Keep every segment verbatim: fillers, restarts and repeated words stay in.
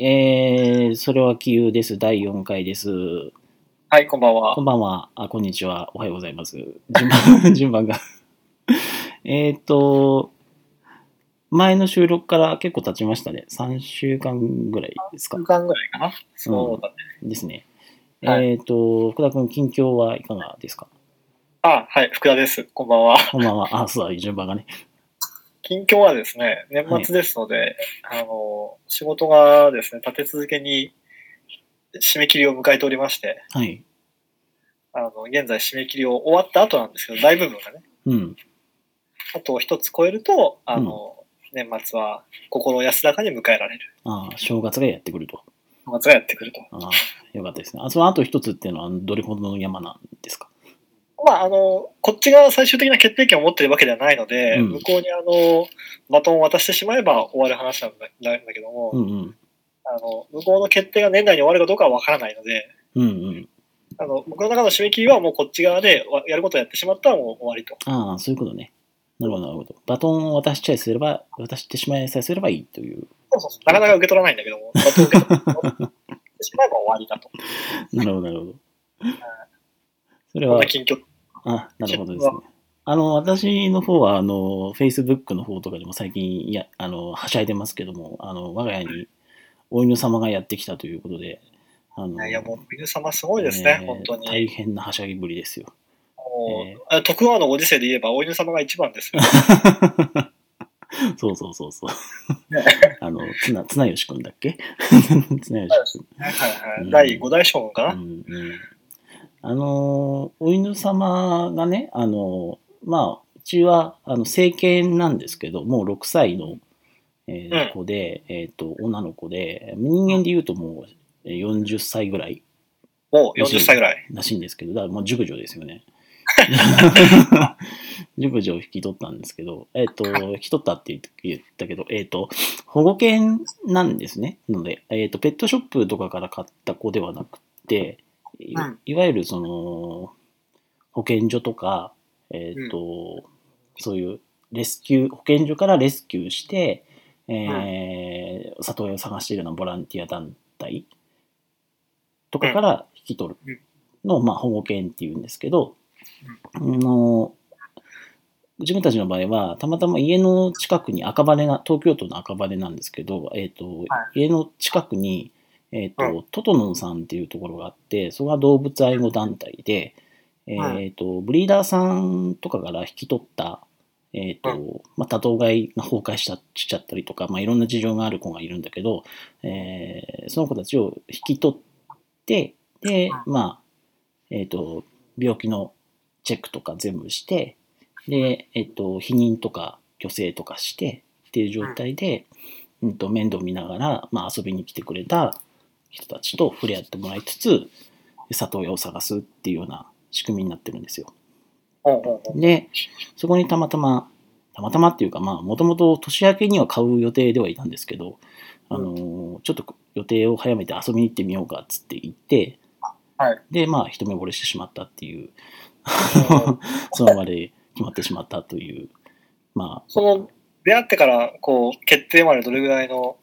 えー、それは杞憂です。だいよんかいです。 はい、こんばんは。 こんばんは。あ、こんにちは。おはようございます。順番、順番がえっと、前の収録から結構経ちましたね。さんしゅうかんぐらいですか。 さんしゅうかんぐらいかな。そうだね。 うん、ですね。 はい。 えっと、福田君、近況はいかがですか？ あ、はい、福田です。こんばんは。 こんばんは。あ、そうだ、順番がね。 近況はですね、年はい。 末ですので、あの、仕事がですね、立て続けに締め切りを迎えておりまして、 はい。 あの、現在締め切りを終わった後なんですけど、大部分がね、 うん。 あと一つ超えると、あうん。 の、年末は心安らかに迎えられる。 ああ、正月がやってくると。 年末がやってくると。 ああ、よかったですね。あ、そのあと一つっていうのはどれほどの山なんですか？ まあ、あの、こっちが最終的な決定権を持っているわけではないので、 うん。 向こうにあの、バトンを渡してしまえば終わる話なんだなんだけども、 うんうん。 あの、向こうの決定が年内に終わるかどうかはわからないので、 うんうん。 あの、僕の中の締め切りはもうこっち側でわやることをやってしまったらもう終わりと。 ああ、そういうことね。なるほど、なるほど。バトンを渡しちゃいすれば、渡してしまいさえすればいいという。 そうそうそう。なかなか受け取らないんだけども、バトンを受け取ってしまえば終わりだと。 なるほど、なるほど。それこんなは、 近況。 あ、なるほどですね。あの、私の方は、あの、Facebook の方とかでも最近、いや、あの、はしゃいでますけども、あの、我が家にお犬様がやってきたということで、あの、 いや、もう、皆様すごいですね、本えー、 当に。 大変なはしゃぎぶりですよ。 もえう、徳川のご時世で言えば、お犬様が一番ですよ。 ー、そうそうそうそう。 ね、 あの、つな、綱吉くんだっけ綱吉くん。 はいはい。だいうん、 ご代将軍かな。 うん、うん。あの、お犬様がね、あの、まあ、うちは、あの、成犬なんですけど、もうろくさいの、えーうん。 子で、えっと、女の子で、人間で言うともうよんじゅっさいぐらいもうよんじゅっらしい、 さいぐらい。 らしいんですけど、だからもう熟女ですよね。熟女を引き取ったんですけど、えっ、と、引き取ったって言ったけど、えっ、と、保護犬なんですね。ので、えっ、と、ペットショップとかから買った子ではなくて、いうん。 いわゆるその、保健所とか、えっ、 うん。 と、そういうレスキュー、保健所からレスキューして、 うん。 えー、里親を探しているようなボランティア団体とうん。 かから引き取るうん。 のを、まあ、保護犬っていうんですけど、あの自分たちの場合は、たまたま家の近くに赤羽が、東京都の赤羽なんですけど、えっ、と、 はい。 家の近くに、えっ、 うん。 と、トトノンさんっていうところがあって、それは動物愛護団体で、 うん。 えっ、と、ブリーダーさんとかから引き取った、えっ、 うん。 と、まあ、多頭飼いが崩壊しちゃしちゃったりとか、まあ、いろんな事情がある子がいるんだけど、えーその子たちを引き取って、で、まあ、えっ、と、病気のチェックとか全部して、で、えっと、避妊とか去勢とかしてっていう状うん。 態で、うんと、面倒見ながら、まあ、遊びに来てくれた人たちと触れ合ってもらいつつ、里親を探すっていうような仕組みになってるんですよ。 ほうほうほう。 で、そこにたまたま、たまたまっていうか、まあ、もともと年明けには買う予定ではいたんですけど、あのーちょっと予定を早めて遊びに行ってみようかっつって言って、 はい。 で、まあ、一目惚れしてしまったっていう、 おー。 その場で決まってしまったという、まあ、 その、出会ってから、こう、決定までどれぐらいの、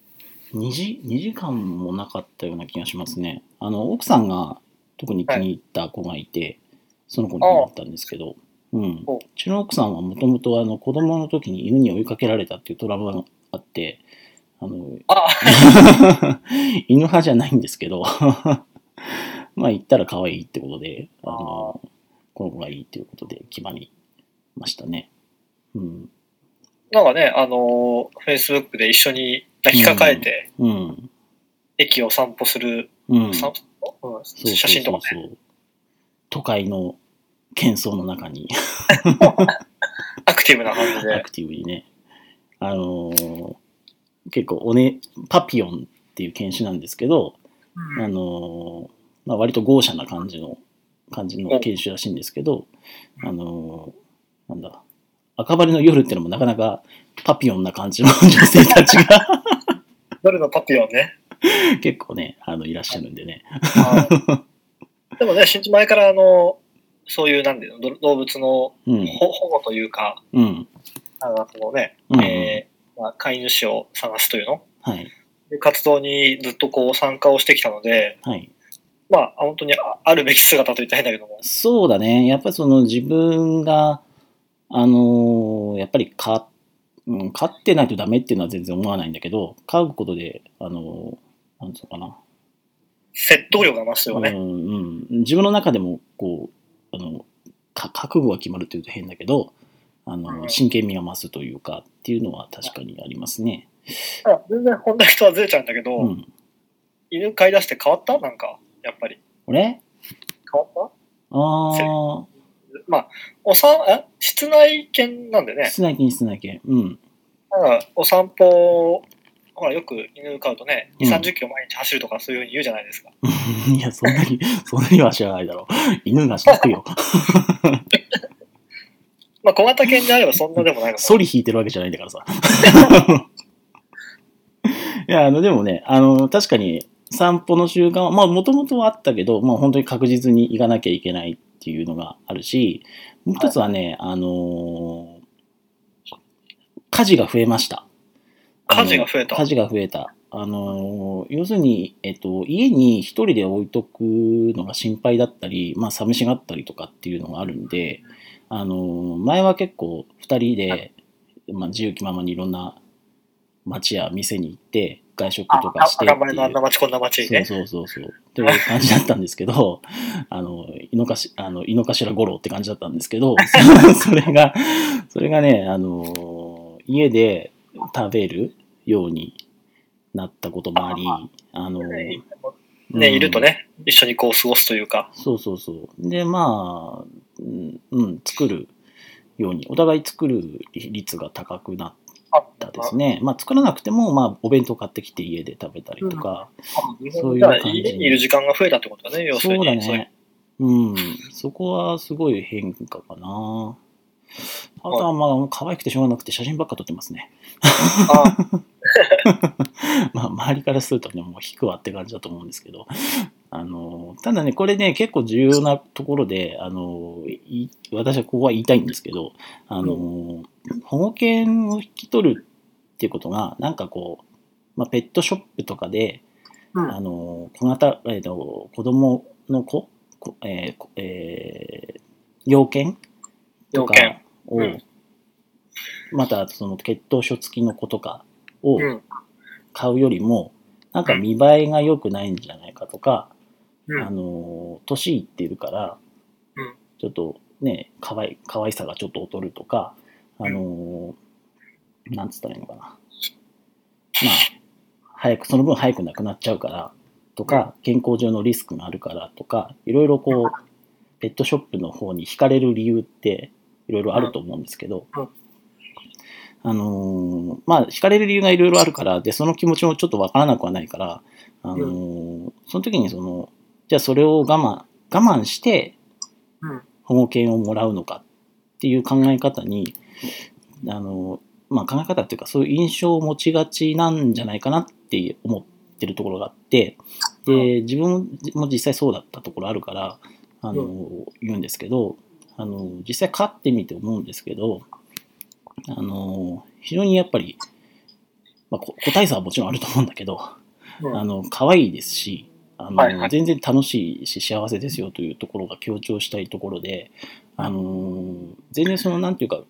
2時、2時間もなかったような気がしますね。あの、奥さんが特に気はい。 に入った子がいて、その子にああ、 決まったんですけど、うん。うほう。 ちの奥さんはもともとあの子供の時に犬に追いかけられたっていうトラウマがあって、あの、 ああ、 犬派じゃないんですけど、まあ言ったら可愛いってことで、あああ。 の、この子がいいっていうことで決まりましたね。うん。 なんかね、あのー、Facebook で一緒に抱きかかえて、 うん。うん。 駅を散歩する、 うん。 さうん、写そうそう真とかね。 そうそう。都会の喧騒の中にアクティブな感じで。 アクティブにね、あのー結構おね、パピオンっていう犬種なんですけど、あうん。 のーまあ、割と豪奢な感じの、感じのお、 犬種らしいんですけど、あのーなんだ、赤羽の夜ってのもなかなかパピオンな感じの女性たちが夜のパピオンね。 結構ね、あの、いらっしゃるんでね。 はい。でもね、新地前からあの、そういう、なんでいうの、動物のうん、 保保護というか、 うん、 なんかこのね、 うん、うん。 えーまあ、飼い主を探すというのはい。 活動にずっとこう参加をしてきたので、 はい。 まあ、本当にああるべき姿と言ったら変だけども。 そうだね。やっぱりその自分が、あのーやっぱりか、うん、勝ってないとダメっていうのは全然思わないんだけど、勝うことで、あのーなんつうのかな。 説得力が増すようん、 ね。 うん。自分の中でも、こう、あの、か覚悟が決まるっていうと変だけど、あの、 うん真剣味が増すというか、っていうのは確かにありますね。 ただ全然本題とはずれちゃうんだけど、 うん。 犬飼い出して変わったなんか、やっぱり。 俺変わったせあまあ、おさん、え室内犬なんでー、 ね。 室内犬、室内犬。うん。 だからお散歩、ほら、よく犬飼うとね、 うんに、さんじゅっキロ毎日走るとかそういうふうに言うじゃないですか。 いや、そんなに、そんなには知らないだろう。犬が泣くよ。 まあ、小型犬であればそんなでもないのかソリ引いてるわけじゃないんだからさ。いや、あの、でもね、あの、確かに散歩の習慣は、まあ、もともとはあったけど、まあ、本当に確実に行かなきゃいけないっていうのがあるし、もう一つはね、あのー家事が増えました。 家事が増えた。 家事が増えた。あのー要するに、えっと、家に一人で置いとくのが心配だったり、まあ、寂しがったりとかっていうのがあるんで、あのー前は結構二人で、まあ、自由気ままにいろんな街や店に行って外食とかしてって赤羽のあんいう。 な街こんな街にそうね。 そうそうそう。という感じだったんですけど、あの、井の頭、あの、井の頭五郎って感じだったんですけど、それが、それがね、あの、家で食べるようになったこともあり、あの、 ね、 うんいるとね、一緒にこう過ごすというか。 そうそうそう。で、まあ、うん、うん作るように、お互い作る率が高くなったですね。まあ、作らなくても、まあ、お弁当買ってきて家で食べたりとか、そういう感じに。 家にいる時間が増えたってことだね、要するに。 そうだね。うん。そこはすごい変化かな。あとはまあ、可愛くてしょうがなくて写真ばっか撮ってますね。 あまあ、周りからするとね、もう引くわって感じだと思うんですけど。あの、ただね、これね、結構重要なところで、あの、い私はここは言いたいんですけど、あの、保護犬を引き取るっていうことが、なんかこう、まあ、ペットショップとかで、 うん、 あの、小型、えっと、子供の子、こえーえー要件とかを、 うんまたその血統書付きの子とかをうん買うよりも、なんか見栄えが良くないんじゃないかとか、 うんあの、年いってるから、 うんちょっとね、かわい、可愛さがちょっと劣るとか、あの、なんつったらいいのかな。まあ、早く、その分早く亡くなっちゃうからとか、健康上のリスクがあるからとか、いろいろこう、ペットショップの方に惹かれる理由っていろいろあると思うんですけど、 うんあのーまあ、惹かれる理由がいろいろあるから、で、その気持ちもちょっとわからなくはないから、あのーその時にその、じゃあそれを我慢、我慢してうん保護犬をもらうのかっていう考え方に、あのーまあ、考え方っていうかそういう印象を持ちがちなんじゃないかなって思ってるところがあって、で、自分も実際そうだったところあるから、あのー言うんですけど、あのー実際飼ってみて思うんですけど、あのー非常にやっぱり、まあ、こ個体差はもちろんあると思うんだけど、 うんあの、可愛いですし、あの、 はいはい全然楽しいし幸せですよというところが強調したいところで、あのー全然その、なんていうか、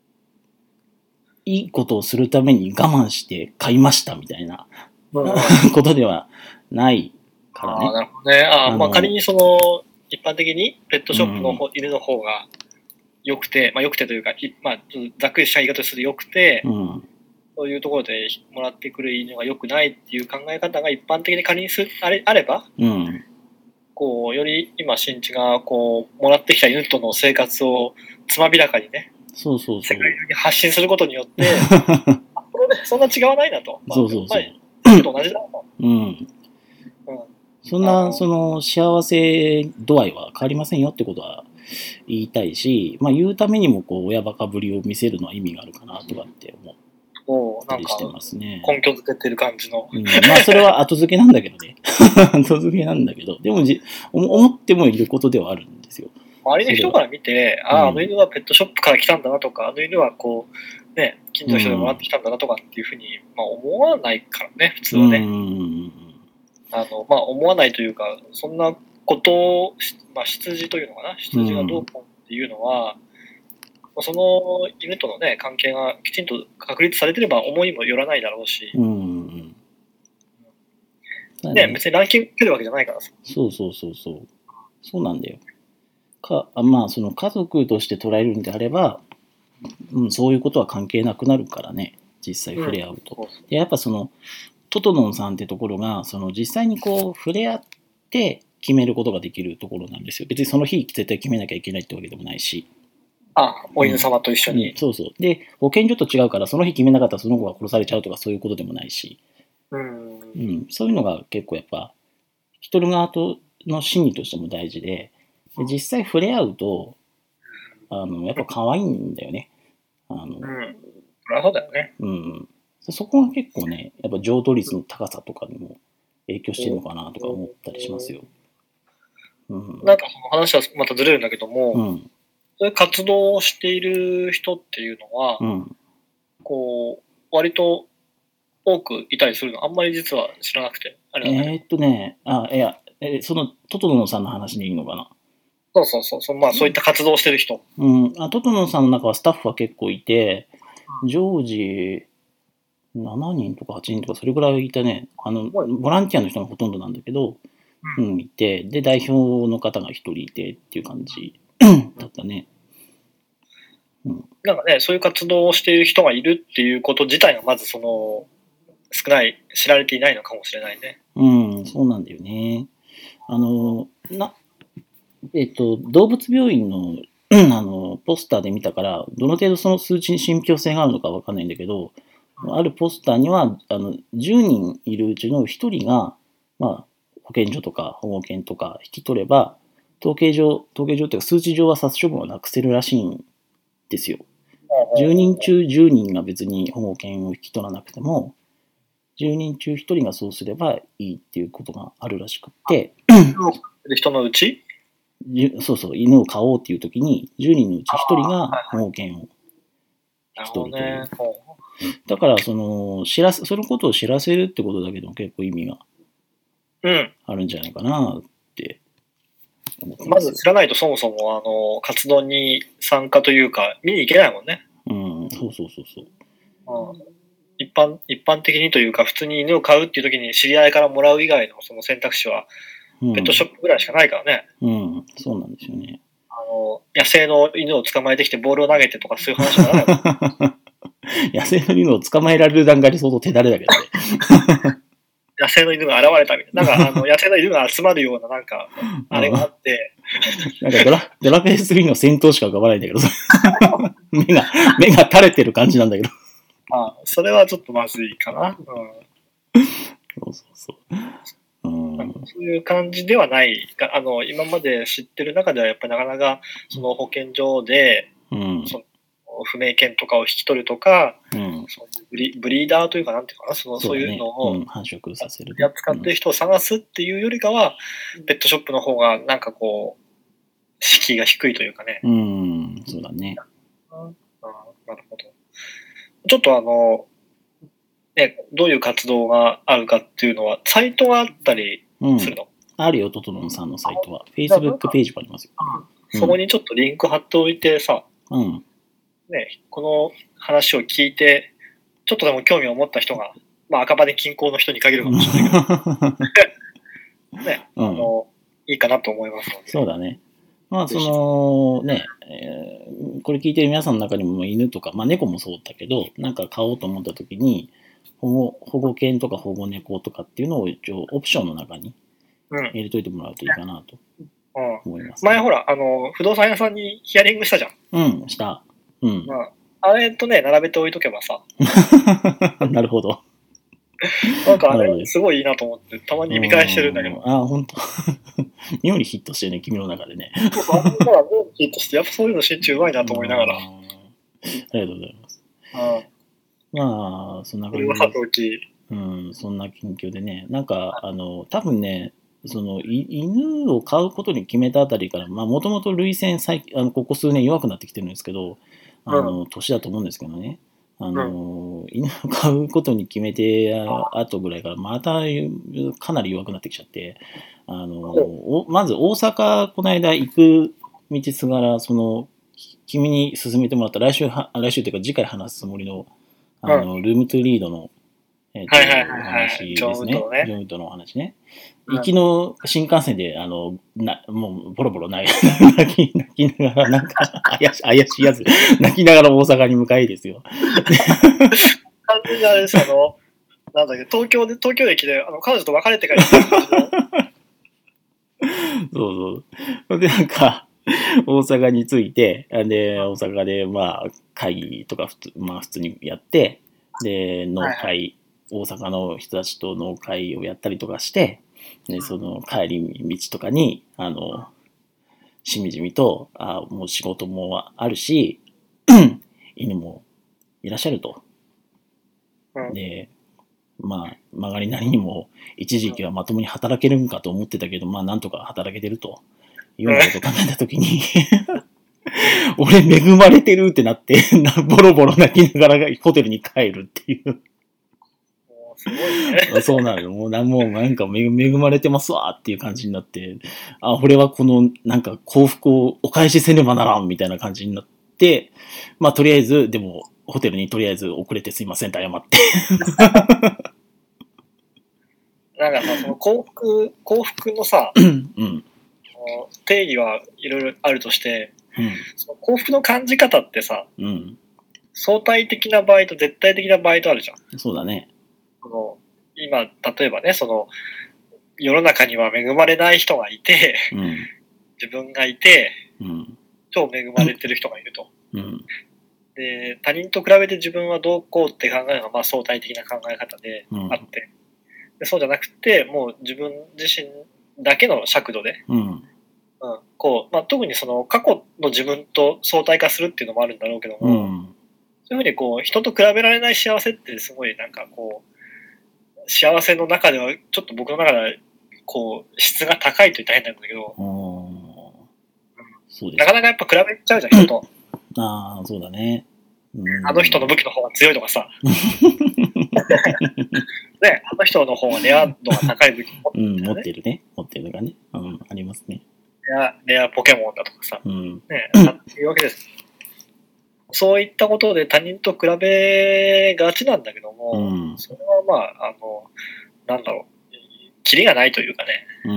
いいことをするために我慢して買いましたみたいなうんことではないからああ、 ね。 なるほどね。ああ、 あのまあ仮にその、一般的にペットショップのうん方、犬の方が良くて、まあ良くてというか、いまあ、ちょっとざっくりした言い方をすると良くて、 うん。 そういうところでもらってくる犬が良くないっていう考え方が一般的に仮にすあれあれば、 うん。ここう、より今、新地が、こう、もらってきた犬との生活をつまびらかにね、 そうそうそう。 世界中に発信することによって、あこれね、そんな違わないなと。まあそうそうそう。 まあ、と同じだと。 うん。 うんそんな、その、幸せ度合いは変わりませんよってことは言いたいし、まあ言うためにも、こう、親バカぶりを見せるのは意味があるかなとかって思もう、なんかったりして、ますね。 根拠づけてる感じの。 うん、まあそれは後付けなんだけどね。後付けなんだけど、でもじ思思ってもいることではあるんですよ。 周りの人から見て、ああ、あの犬はペットショップから来たんだなとか、あの犬はこう、 ね、近所の人でもらってきたんだなとかっていうふうに、まあ、思わないからね、普通はね。 うんあのまあ、思わないというか、そんなことを、まあ、出自というのかな、出自がどうこうっていうのは、うん、その犬との、ね、関係がきちんと確立されてれば思いもよらないだろうし、 うんね、別にランキング来るわけじゃないからさ。 そうそうそうそう。そうなんだよ。かまあ、その家族として捉えるんであれば、うん、そういうことは関係なくなるからね、実際触れ合うと。うん、でやっぱそのトトノンさんってところがその実際にこう触れ合って決めることができるところなんですよ。別にその日絶対決めなきゃいけないってわけでもないし。 あ、お犬様と一緒に、 うん、そうそう。で保健所と違うからその日決めなかったらその子が殺されちゃうとかそういうことでもないし、 うんうん、そういうのが結構やっぱ一人側との心理としても大事で、で実際触れ合うとあのやっぱ可愛いんだよね。あの、うん、 そりゃそうだよね。 うん。そこが結構ね、やっぱ譲渡率の高さとかにも影響してるのかなとか思ったりしますよ。 うん、なんかその話はまたずれるんだけども、うん、そういう活動をしている人っていうのは、うん、こう割と多くいたりするのあんまり実は知らなくて。あれえー、っとね、あ、いや、えそのトトノさんの話でいいのかな。 そうそうそう、そまあそういった活動をしてる人。 うん、あトトノさんの中はスタッフは結構いて、常時しちにんとかはちにんとかそれぐらいいたね。あのボランティアの人がほとんどなんだけど、うん、いて、で代表の方が一人いてっていう感じだったね。 うん、なんかね、そういう活動をしている人がいるっていうこと自体がまずその少ない、知られていないのかもしれないね。 うん、そうなんだよね。あの、な、えっと、動物病院のあのポスターで見たから、どの程度その数値に信憑性があるのかわかんないんだけど、あるポスターには、あの、じゅうにんいるうちのひとりが、まあ、保健所とか保護犬とか引き取れば、統計上、統計上っていうか数値上は殺処分はなくせるらしいんですよ。じゅうにん中じゅうにんが別に保護犬を引き取らなくても、じゅうにん中ひとりがそうすればいいっていうことがあるらしくって、 人のうちそうそう、犬を飼おうっていう時に、じゅうにんのうちひとりが保護犬を引き取るという。ね、だから、その、知らせ、そのことを知らせるってことだけでも結構意味があるんじゃないかなって思ってます。まず知らないとそもそも、あの、活動に参加というか、見に行けないもんね。 うん、そうそうそうそう。 うん一般、一般的にというか、普通に犬を飼うっていう時に知り合いからもらう以外のその選択肢は、ペットショップぐらいしかないからね。 うん、うん、そうなんですよね。 あの、野生の犬を捕まえてきてボールを投げてとかそういう話じゃない野生の犬を捕まえられる段階で相当手だれだけどね。 野生の犬が現れたみたいな。なんか、あの、野生の犬が集まるような、なんか、あれがあって。 なんかドラ、ドラクエスリーの戦闘しか浮かばないんだけど、目が、目が垂れてる感じなんだけど。 ああ、それはちょっとまずいかな。うん、 そうそうそう。うん、 そういう感じではないが、あの、今まで知ってる中ではやっぱりなかなか、その保健所で、うん、その不明犬とかを引き取るとか、うん、そういうブリ、ブリーダーというか、なんていうかな、その、そう、ね,、いうのを、 うん、繁殖させる。 やっ使ってる人を探すっていうよりかは、うん、ペットショップの方が、なんかこう、敷居が低いというかね。 うん、そうだね。 ああ、なるほど。ちょっとあの、ね、どういう活動があるかっていうのは、サイトがあったりするの、うん、 あるよ、トトロンさんのサイトは。Facebook ページもありますよ。 そこにちょっとリンク貼っておいてさ、 うん、 ね、この話を聞いて、ちょっとでも興味を持った人が、まあ赤羽近郊の人に限るかもしれないけど、ね、うん、あの、いいかなと思いますので。 そうだね。まあ、そのね、えー、これ聞いてる皆さんの中にも犬とか、まあ猫もそうだけど、なんか飼おうと思った時に、保護、保護犬とか保護猫とかっていうのを一応オプションの中に入れといてもらうといいかなと思います、 ねうん。前ほら、あの、不動産屋さんにヒアリングしたじゃん。 うん、した。うん。 まあ、あれとね、並べておいとけばさ。 なるほど。 なんかあれ、すごいいいなと思って、たまに見返してるんだけど。 あ、ほんと。妙にヒットしてね、君の中でね。 そうそう、あの子は妙にヒットして、やっぱそういうの心中うまいなと思いながら。ありがとうございます。まあ、そんな感じで。 うん、そんな近況でね。なんか、あの、多分ね、その犬を飼うことに決めたあたりから、まあ、もともと涙腺最あのここ数年弱くなってきてるんですけど、あの、年だと思うんですけどね。 あの、うん、犬を飼うことに決めて後ぐらいからまたかなり弱くなってきちゃって、あの、まず大阪この間行く道すがら、その、君に勧めてもらった来週は、来週というか次回話すつもりの、あの、うん、ルームトゥリードの、えーと、はいはいはいはい、お話ですね。ジョーントのお話ね。行きの新幹線で、あの、な、もう、ボロボロ泣き、泣きながら、なんか、怪し、怪しいやつ、泣きながら大阪に向かいですよ。 完全にあれです、あの、なんだっけ、東京で、東京駅で、あの、彼女と別れてからそうそう。で、なんか、大阪に着いて、で、大阪で、まあ、会議とか普通、まあ、普通にやって、で、農会、はい、大阪の人たちと農会をやったりとかして、で、その帰り道とかに、あの、しみじみと、あもう仕事もあるし、犬もいらっしゃると。で、まあ、曲がりなりにも、一時期はまともに働けるんかと思ってたけど、まあ、なんとか働けてるというようなことを考えたときに、俺恵まれてるってなって、ボロボロ泣きながらホテルに帰るっていう。 すごいね。 そうなのよ。もうなんもなんか恵まれてますわっていう感じになって、あ、俺はこのなんか幸福をお返しせねばならんみたいな感じになって、まあとりあえず、でもホテルにとりあえず遅れてすいませんって謝って。 なんかさ、その幸福、幸福のさ、 うん、 定義はいろいろあるとして、 うん、 その幸福の感じ方ってさ、 うん、 相対的な場合と絶対的な場合とあるじゃん。 そうだね。 その今、例えばね、その、世の中には恵まれない人がいて、 うん、 自分がいて、 うん、 超恵まれてる人がいると。 うん、 で、他人と比べて自分はどうこうって考えるのがまあ相対的な考え方であって、うん、でそうじゃなくて、もう自分自身だけの尺度で、 うんうん、こうまあ、特にその過去の自分と相対化するっていうのもあるんだろうけども、 うん、 そういうふうにこう人と比べられない幸せってすごいなんかこう、幸せの中ではちょっと僕の中でこう質が高いと言ったら変なんだけど、 そうです、 なかなかやっぱ比べちゃうじゃん、人と。 ああ、そうだね。 うん、あの人の武器の方が強いとかさ。ね、あの人の方がレア度が高い武器持ってる、ね、うん、持ってるね。持ってるのがね。うん、ありますね。 レア、レアポケモンだとかさ。 うん、 ね、っていうわけです。そういったことで他人と比べがちなんだけども、 うん、 それはまあ、あの、なんだろう、キリがないというかね。 うん、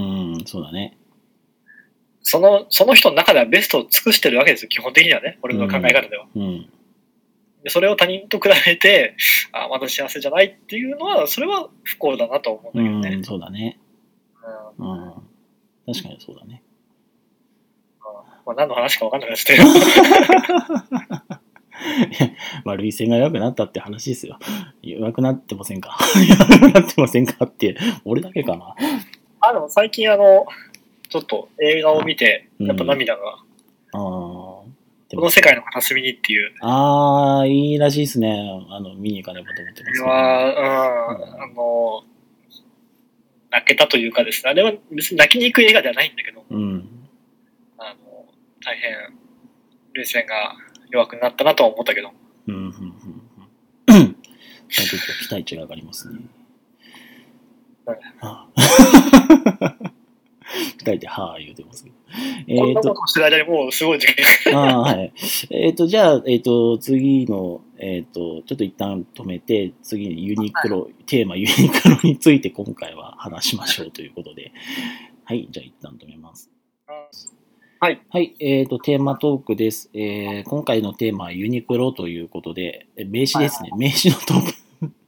そうだね。 その、その人の中ではベストを尽くしてるわけですよ、基本的にはね。俺の考え方では。 うんうんでそれを他人と比べて、あ、まだ幸せじゃないっていうのは、それは不幸だなと思うんだけどね。 うん、そうだね。 うん。 うん、確かにそうだね。 まあ、何の話か分かんなくなっちゃったよ。 まあ、涙腺が弱くなったって話ですよ。弱くなってませんか弱くなってませんかって、俺だけかな。 あ、でも最近あの、ちょっと映画を見て、やっぱ涙が、 うん、あこの世界の片隅にっていう。 ああ、いいらしいですね。あの、見に行かねばと思ってます、ね。 あれは、うん、あの、泣けたというかですね、あれは別に泣きに行く映画ではないんだけど、 うん、 あの、大変、涙腺が弱くなったなとは思ったけど。 うん、うん、うん。ちょっと期待値が上がりますね。 うん、 はあ二人ではぁ言うてますけど。 えー、こんなことしてる間にもうすごい時間ああ、はい。えっ、ー、と、じゃあ、えっ、ー、と、次の、えっ、ー、と、ちょっと一旦止めて、次にユニクロ、はい、テーマユニクロについて今回は話しましょうということで。はい、じゃあ一旦止めます。 はい。 はい、えっ、と、テーマトークです。えー、今回のテーマはユニクロということで、名詞ですね。はい、名詞のトーク。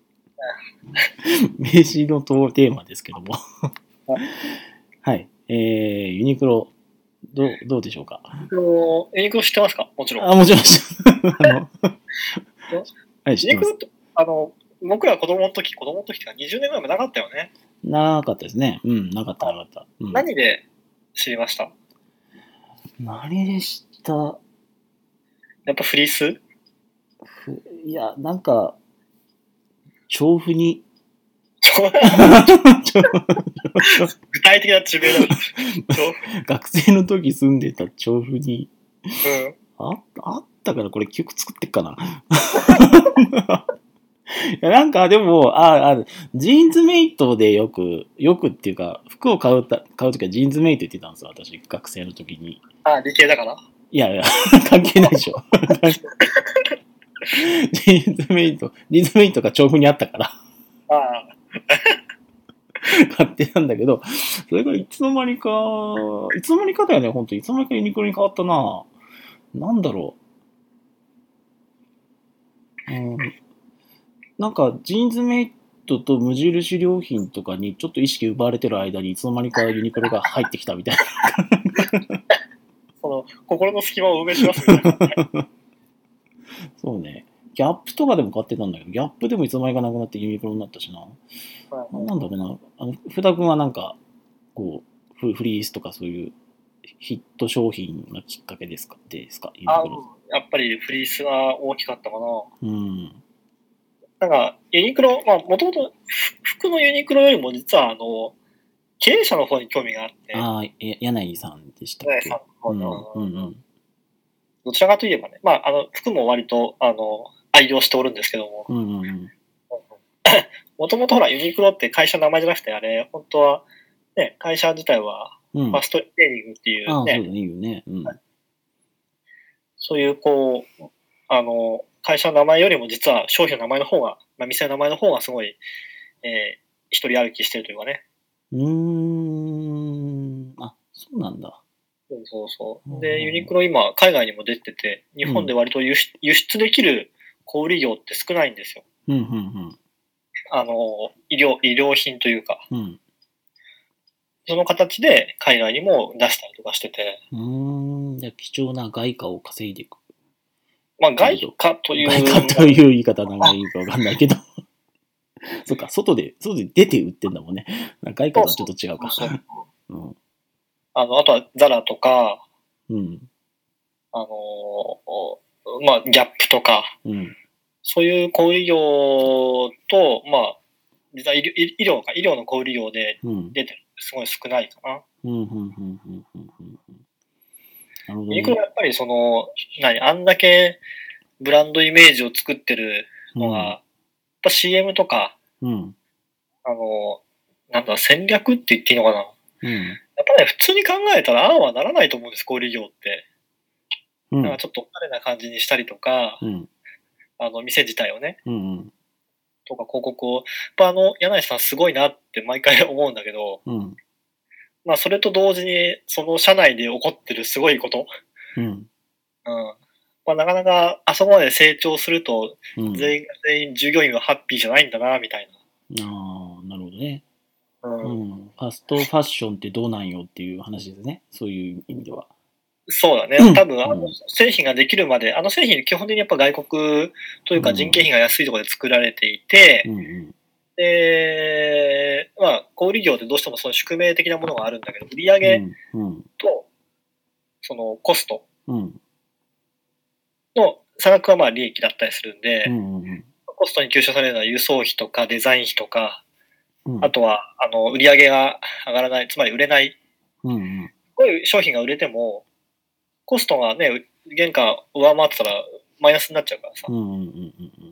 名詞のトテーマですけども。はい。えー、ユニクロ、どう、どうでしょうか。 ユニクロ、ユニクロ知ってますか？もちろん。 あ、もちろん知ってます。あの、はい、知ってます。 ユニクロって、あの、僕ら子供の時、子供の時ってかにじゅうねんぐらいもなかったよね。 なかったですね。うん、なかった、なかった。うん、 何で知りました？ 何でした？ やっぱフリース？ いや、なんか、調布に、 具体的な地名だ。 学生の時住んでた調布に、 うん、 あ、あっったからこれ記憶作ってっかな。いやなんかでも、ああ、ジーンズメイトでよく、よくっていうか、服を買うた、買うときはジーンズメイト言ってたんですよ、私、学生の時に。 ああ、理系だからいやいや、関係ないでしょ。ジーンズメイト、ジーンズメイトが調布にあったから。ああ。買ってたんだけど、それがいつの間にか、いつの間にかだよね、ほんと。いつの間にかユニクロに変わったな。なんだろう。うん、なんか、ジーンズメイトと無印良品とかにちょっと意識奪われてる間にいつの間にかユニクロが入ってきたみたいな。 その、心の隙間を埋めしますみたいな。 そうね。ギャップとかでも買ってたんだけど、ギャップでもいつの間にかなくなってユニクロになったしな。はい、なんだろうな。あの、福田君はなんか、こうフ、フリースとかそういうヒット商品がきっかけですかですかユニクロ。 あ、やっぱりフリースが大きかったかな。 うん。 なんか、ユニクロ、まあ、もともと服のユニクロよりも実は、あの、経営者の方に興味があって。 ああ、柳井さんでしたっけ。柳井さんの方の、うんうんうん。 どちらかといえばね、まあ、あの、服も割と、あの、愛用しておるんですけども。 うんうんうん。 もともとほら、ユニクロって会社の名前じゃなくて、あれ、本当は、ね、会社自体は、ファストトレーニングっていうね。うん、ああ、 そうだね、いいよね。うん。 そういう、こう、あの、会社の名前よりも実は商品の名前の方が、まあ、店の名前の方がすごい、えー、一人歩きしてるというかね。 うーん。あ、そうなんだ。 そうそうそう。で、ユニクロ今、海外にも出てて、日本で割と輸出、うん、輸出できる小売業って少ないんですよ。 うんうんうん。 あの、医療、医療品というか。 うん。 その形で海外にも出したりとかしてて。 うーん。じゃ貴重な外貨を稼いでいく。 まあ、外貨という。 外貨という言い方なんかいいかわかんないけど。そっか、外で、外で出て売ってんだもんね。外貨とはちょっと違うか。そうそうそう、うん。あの、あとはザラとか、 うん。 あのー、まあ、ギャップとか、 うん、 そういう小売業と、まあ、実は医療、医療か、医療の小売業で出てる、すごい少ないかな。 うん、うん、うん、うん、うん。なるほどね。 ユニクロやっぱりその、何、あんだけブランドイメージを作ってるのが、うん、やっぱ シーエム とか、 うん、 あの、なんだ、戦略って言っていいのかな。 うん、やっぱね、普通に考えたら、ああはならないと思うんです、小売業って。うん、なんかちょっとおしゃれな感じにしたりとか、うん、あの、店自体をね、 うんうん、 とか広告を、やっぱあの、柳井さんすごいなって毎回思うんだけど、うん、まあ、それと同時に、その社内で起こってるすごいこと、うん、うん。まあ、なかなか、あそこまで成長すると、全員、全員従業員はハッピーじゃないんだな、みたいな。ああ、なるほどね。うん、うん。ファストファッションってどうなんよっていう話ですね。そういう意味では。 そうだね。多分、あの製品ができるまで、あの製品基本的にやっぱ外国というか人件費が安いところで作られていて、うんうん、で、まあ、小売業ってどうしてもその宿命的なものがあるんだけど、売上と、そのコストの差額はまあ利益だったりするんで、うんうんうん、コストに吸収されるのは輸送費とかデザイン費とか、うん、あとは、あの、売上が上がらない、つまり売れない。うんうん、こういう商品が売れても、コストがね、原価上回ってたらマイナスになっちゃうからさ。うんうんうんうん、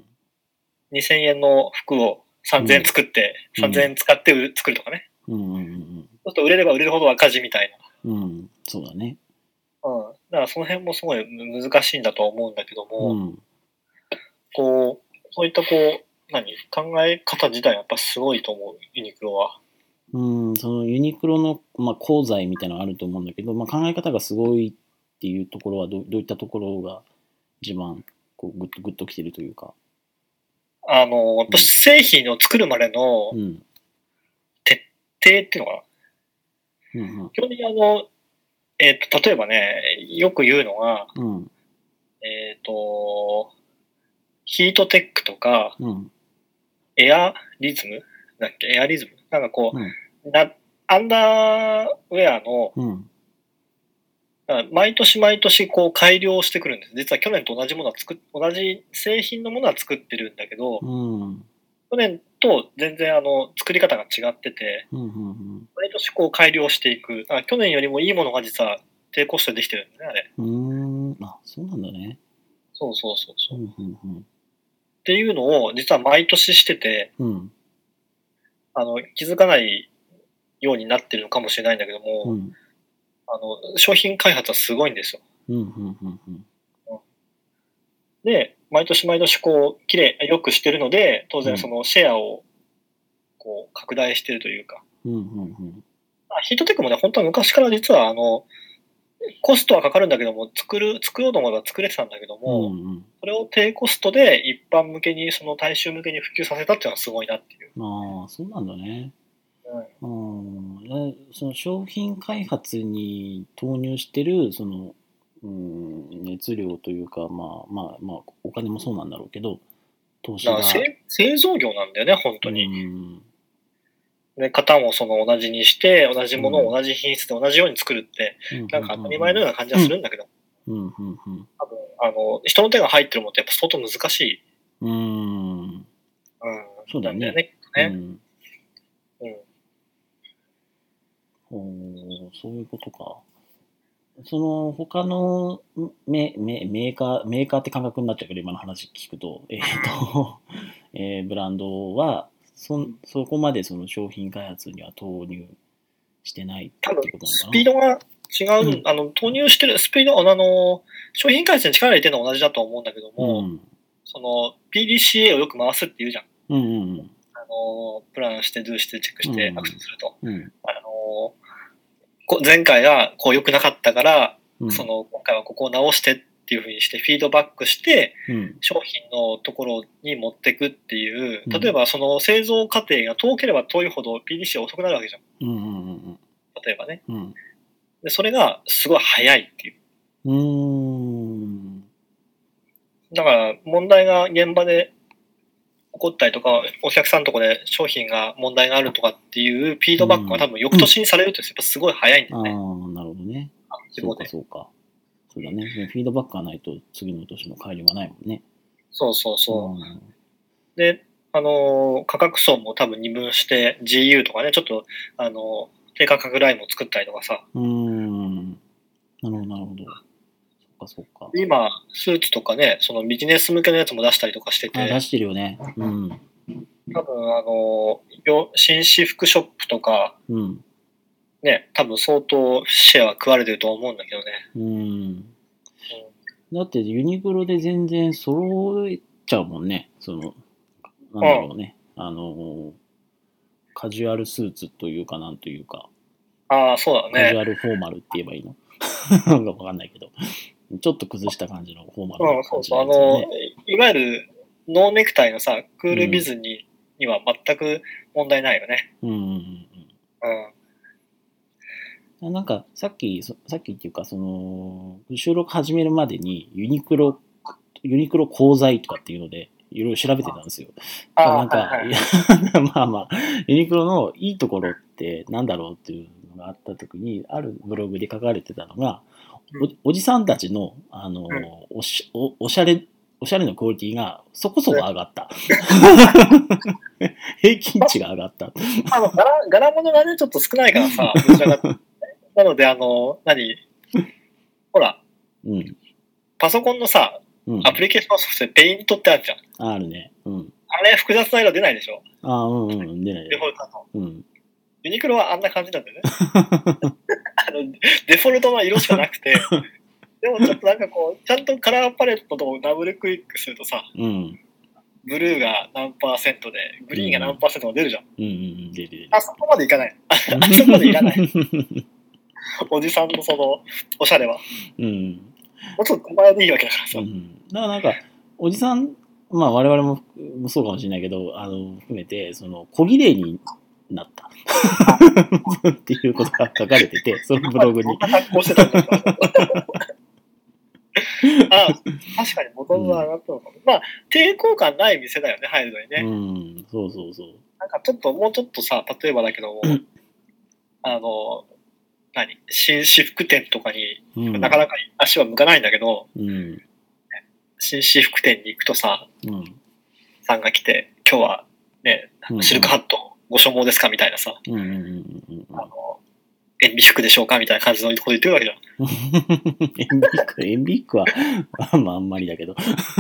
にせんえんの服をさんぜんえん作って、うん、さんぜんえん使って作るとかね。うんうんうん、そうすると売れれば売れるほど赤字みたいな。うん、そうだね。 うん。だからその辺もすごい難しいんだと思うんだけども、うん、こう、そういったこう、何考え方自体はやっぱすごいと思う、ユニクロは。 うん、そのユニクロの、まあ、功罪みたいなのがあると思うんだけど、まあ、考え方がすごいっていうところはど、どういったところが一番こうグッとグッときてるというか。 あの、やっぱ製品を作るまでの徹底っていうのかな。うんうん、基本的にあの、えっ、ー、と、例えばね、よく言うのが、うん、えっ、ー、と、ヒートテックとか、うん、エアリズムだっけエアリズムなんかこう、うん、なアンダーウェアの、うん、毎年毎年こう改良してくるんです。実は去年と同じものは作っ、同じ製品のものは作ってるんだけど、うん、去年と全然あの作り方が違ってて、うんうんうん、毎年こう改良していく。去年よりもいいものが実は低コストでできてるんですね、あれ。 うーん、あ、そうなんだね。 そうそうそうそう、 うんうんうん。 っていうのを実は毎年してて、 うん、 あの気づかないようになってるのかもしれないんだけども、うん、あの商品開発はすごいんですよ。 うんうんうんうん、 で、毎年毎年こう、きれい、よくしてるので、当然そのシェアをこう拡大してるというか。 うんうんうん、 ヒートテックもね、本当は昔から実はあの、コストはかかるんだけども、作る、作ろうと思えば作れてたんだけども、うんうん、それを低コストで一般向けに、その大衆向けに普及させたっていうのはすごいなっていう。 ああ、そうなんだね。うん、その商品開発に投入してるその、うん、熱量というか、まあまあまあお金もそうなんだろうけど、投資が製造業なんだよね、本当に。うんで型もその同じにして同じものを同じ品質で同じように作るって、うん、なんか当たり前のような感じはするんだけど、うんうんうん、多分あの人の手が入ってるものってやっぱ相当難しい。うん、うん、 そうだね。 なんだよね。ね、うんうん、おそういうことか。その他のメメメーカーメーカーって感覚になっちゃうけど今の話聞くと、えーとえー、ブランドはそそこまでその商品開発には投入してないってことなのかな。 スピードが違う、うん、あの投入してるスピードあの商品開発に力入れてるのは同じだと思うんだけども、うん、その ピーディーシーエー をよく回すっていうじゃん。うんうんうん、あのプランしてドゥしてチェックしてアクセスすると、うんうん、あの前回がこう良くなかったから、うん、その今回はここを直してっていうふうにしてフィードバックして、うん、商品のところに持っていくっていう、例えばその製造過程が遠ければ遠いほど ピーディーシー は遅くなるわけじゃん。うんうんうん、例えばね、うん、で。それがすごい早いっていう。うーんだから問題が現場で起こったりとか、お客さんのところで商品が問題があるとかっていうフィードバックが多分翌年にされるとやっぱすごい早いんだよね。 ああ、なるほどね。そうかそうか。そうだね。フィードバックがないと次の年の改良がないもんね。 そうそうそう。うん、で、あのー、価格層も多分二分して ジーユー とかね、ちょっと、あのー、低価格ラインも作ったりとかさ。 うーん。なるほど、なるほど。そっかそっか。 今、スーツとかね、そのビジネス向けのやつも出したりとかしてて。 あ、出してるよね。うん。 多分、あのー、紳士服ショップとか、うん。ね、多分相当シェアは食われてると思うんだけどね。うん。うん、 だってユニクロで全然揃えちゃうもんね。その、なんだろうね。うん、あの、カジュアルスーツというかなんというか。 ああ、そうだね。 カジュアルフォーマルって言えばいいのなんかわかんないけど。ちょっと崩した感じのフォーマルな感じのやつ、ね。うん、そうそう。あの、 いわゆるノーネクタイのさ、クールビズに、うん、には全く問題ないよね。うんうんうん。うんなんかさっきさっきっていうかその収録始めるまでにユニクロユニクロ鋼材とかっていうのでいろいろ調べてたんですよ。あなんか、はいはい、まあまあユニクロのいいところってなんだろうっていうのがあった時にあるブログで書かれてたのが お, おじさんたちのあの、うん、お, し お, おしゃれおしゃれのクオリティがそこそこ上がった。平均値が上がった。 あの柄柄物がねちょっと少ないからさ。なので、あの、何ほら、うん、パソコンのさ、うん、アプリケーションソフトでペイントってあるじゃん。 あるね。うん。 あれ、複雑な色出ないでしょ。 ああ、うんうん、出ない。 デフォルトだと。うん。ユニクロはあんな感じなんだよね。あの、デフォルトの色しかなくて、でもちょっとなんかこう、ちゃんとカラーパレットとダブルクリックするとさ、うん、ブルーが何パーセントで、グリーンが何パーセントが出るじゃん。うんうん、出る出る。あそこまでいかない。あそこまでいらない。おじさんのそのおしゃれは、うん、もうちょっと小林でいいわけだからさ、うん、 だからなんかおじさんまあ我々ももそうかもしれないけどあの含めてその小綺麗になったっていうことが書かれててそのブログにあ確かにボトムは上がったのかも、うん、まあ抵抗感ない店だよね入るのにね、 うん、そうそうそうなんかちょっともうちょっとさ例えばだけども、うん、あの何紳士服店とかに、うん、なかなか足は向かないんだけど、うん、紳士服店に行くとさ、うん、さんが来て今日はねシルクハットご所望ですかみたいなさ、うんうんうんうん、あの演美服でしょうかみたいな感じのこと言ってるわけじゃん。 エンビック、エンビックは、まああんまりだけど。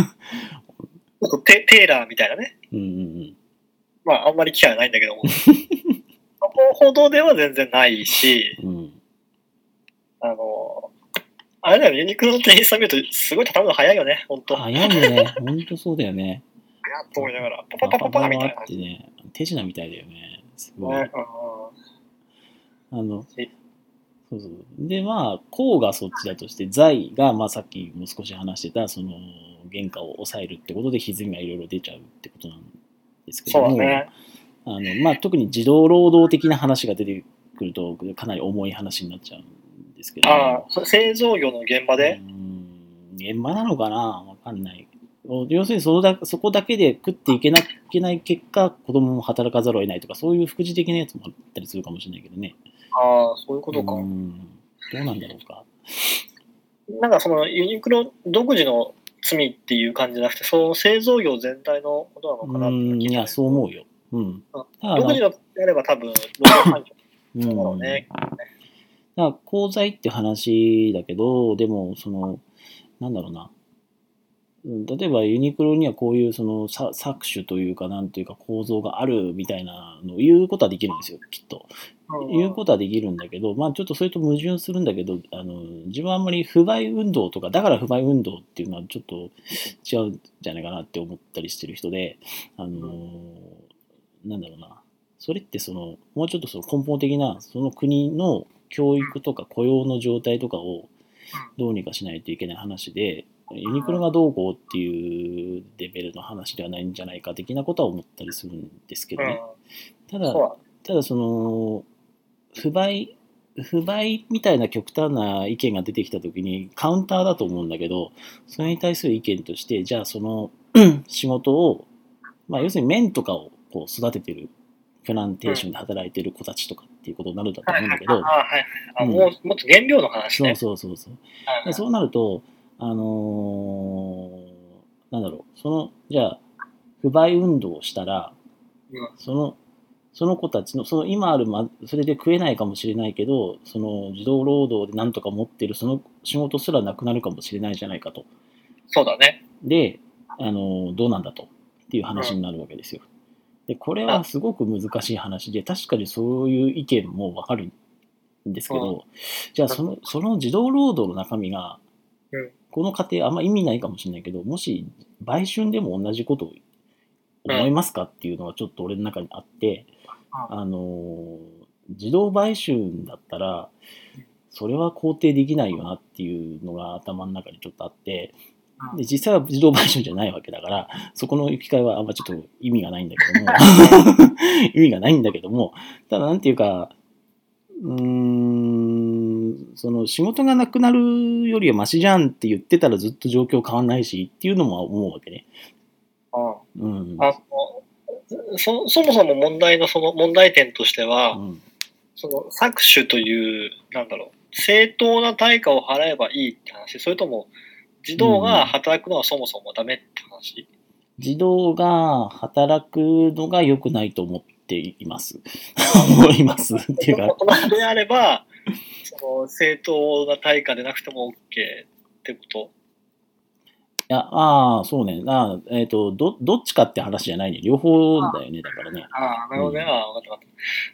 テ, テーラーみたいなね。 うんうんうん。 まああんまり機会はないんだけども。そこほどでは全然ないし、うん、あの、あれだよ、ユニクロの店員さん見るとすごい畳むの早いよね、ほんと。 早いよね、ほんとそうだよね。 やっと思いながら、パパパパパみたいな。 ってね、手品みたいだよね。すごい。ね、あの、そうそう。で、まあ、こうがそっちだとして、財が、まあさっきも少し話してた、その、原価を抑えるってことで歪みがいろいろ出ちゃうってことなんですけども、そうだね。あの、まあ特に児童労働的な話が出てくると、かなり重い話になっちゃうんですけども。 ああ、製造業の現場で？ うん、現場なのかなわかんない。要するにそのだそこだけで食っていけないけない結果、子供も働かざるを得ないとか、そういう副次的なやつもあったりするかもしれないけどね。 ああ、そういうことか。 うん、どうなんだろうか。 なんかそのユニクロ独自の罪っていう感じじゃなくて、その製造業全体のことなのかなってうん、いや、そう思うよ。うん。 独自のであれば多分、労働環境だろうね。 だから功罪って話だけど、でも、その、なんだろうな。例えばユニクロにはこういうその搾取というかなんというか構造があるみたいなのを言うことはできるんですよ、きっと。言うことはできるんだけど、まあちょっとそれと矛盾するんだけど、あの自分はあんまり不買運動とか、だから不買運動っていうのはちょっと違うんじゃないかなって思ったりしてる人で、あのなんだろうな、それってそのもうちょっとその根本的なその国の教育とか雇用の状態とかをどうにかしないといけない話で、ユニクロがどうこうっていうレベルの話ではないんじゃないか的なことは思ったりするんですけどね。ただ、ただその、不買、不買みたいな極端な意見が出てきたときにカウンターだと思うんだけど、それに対する意見として、じゃあその仕事を、まあ要するに麺とかをこう育ててる、プランテーションで働いてる子たちとかっていうことになるんだと思うんだけど、 もっと原料の話ね。 そうそうそうそう。でそうなると、あのー、なんだろう、その、じゃあ、不買運動をしたら、うん、その、その子たちの、その今ある、ま、それで食えないかもしれないけど、その児童労働でなんとか持ってるその仕事すらなくなるかもしれないじゃないかと。 そうだね。 で、あの、どうなんだとっていう話になるわけですよ。で、これはすごく難しい話で、確かにそういう意見もわかるんですけど、うん、じゃあその、その児童労働の中身が、うん、この過程あんま意味ないかもしれないけど、もし売春でも同じことを思いますかっていうのがちょっと俺の中にあって、うん、あの児童売春だったらそれは肯定できないよなっていうのが頭の中にちょっとあって、で実際は児童売春じゃないわけだからそこの行き換えはあんまちょっと意味がないんだけども意味がないんだけども、ただなんていうか、うーん、その仕事がなくなるよりはマシじゃんって言ってたらずっと状況変わんないしっていうのも思うわけね。 あうん、あそそもそも問題のその問題点としては、うん、その搾取というなんだろう正当な対価を払えばいいって話、それとも児童が働くのはそもそもダメって話？ うん、児童が働くのが良くないと思っています思いますっていうかであればその正当な対価でなくても OK ってこと？ いや、ああ、そうね。あえっ、ー、と、ど、どっちかって話じゃないね。両方だよね、だからね。 ああ、なるほどね。うん、ああ、分かった分かった。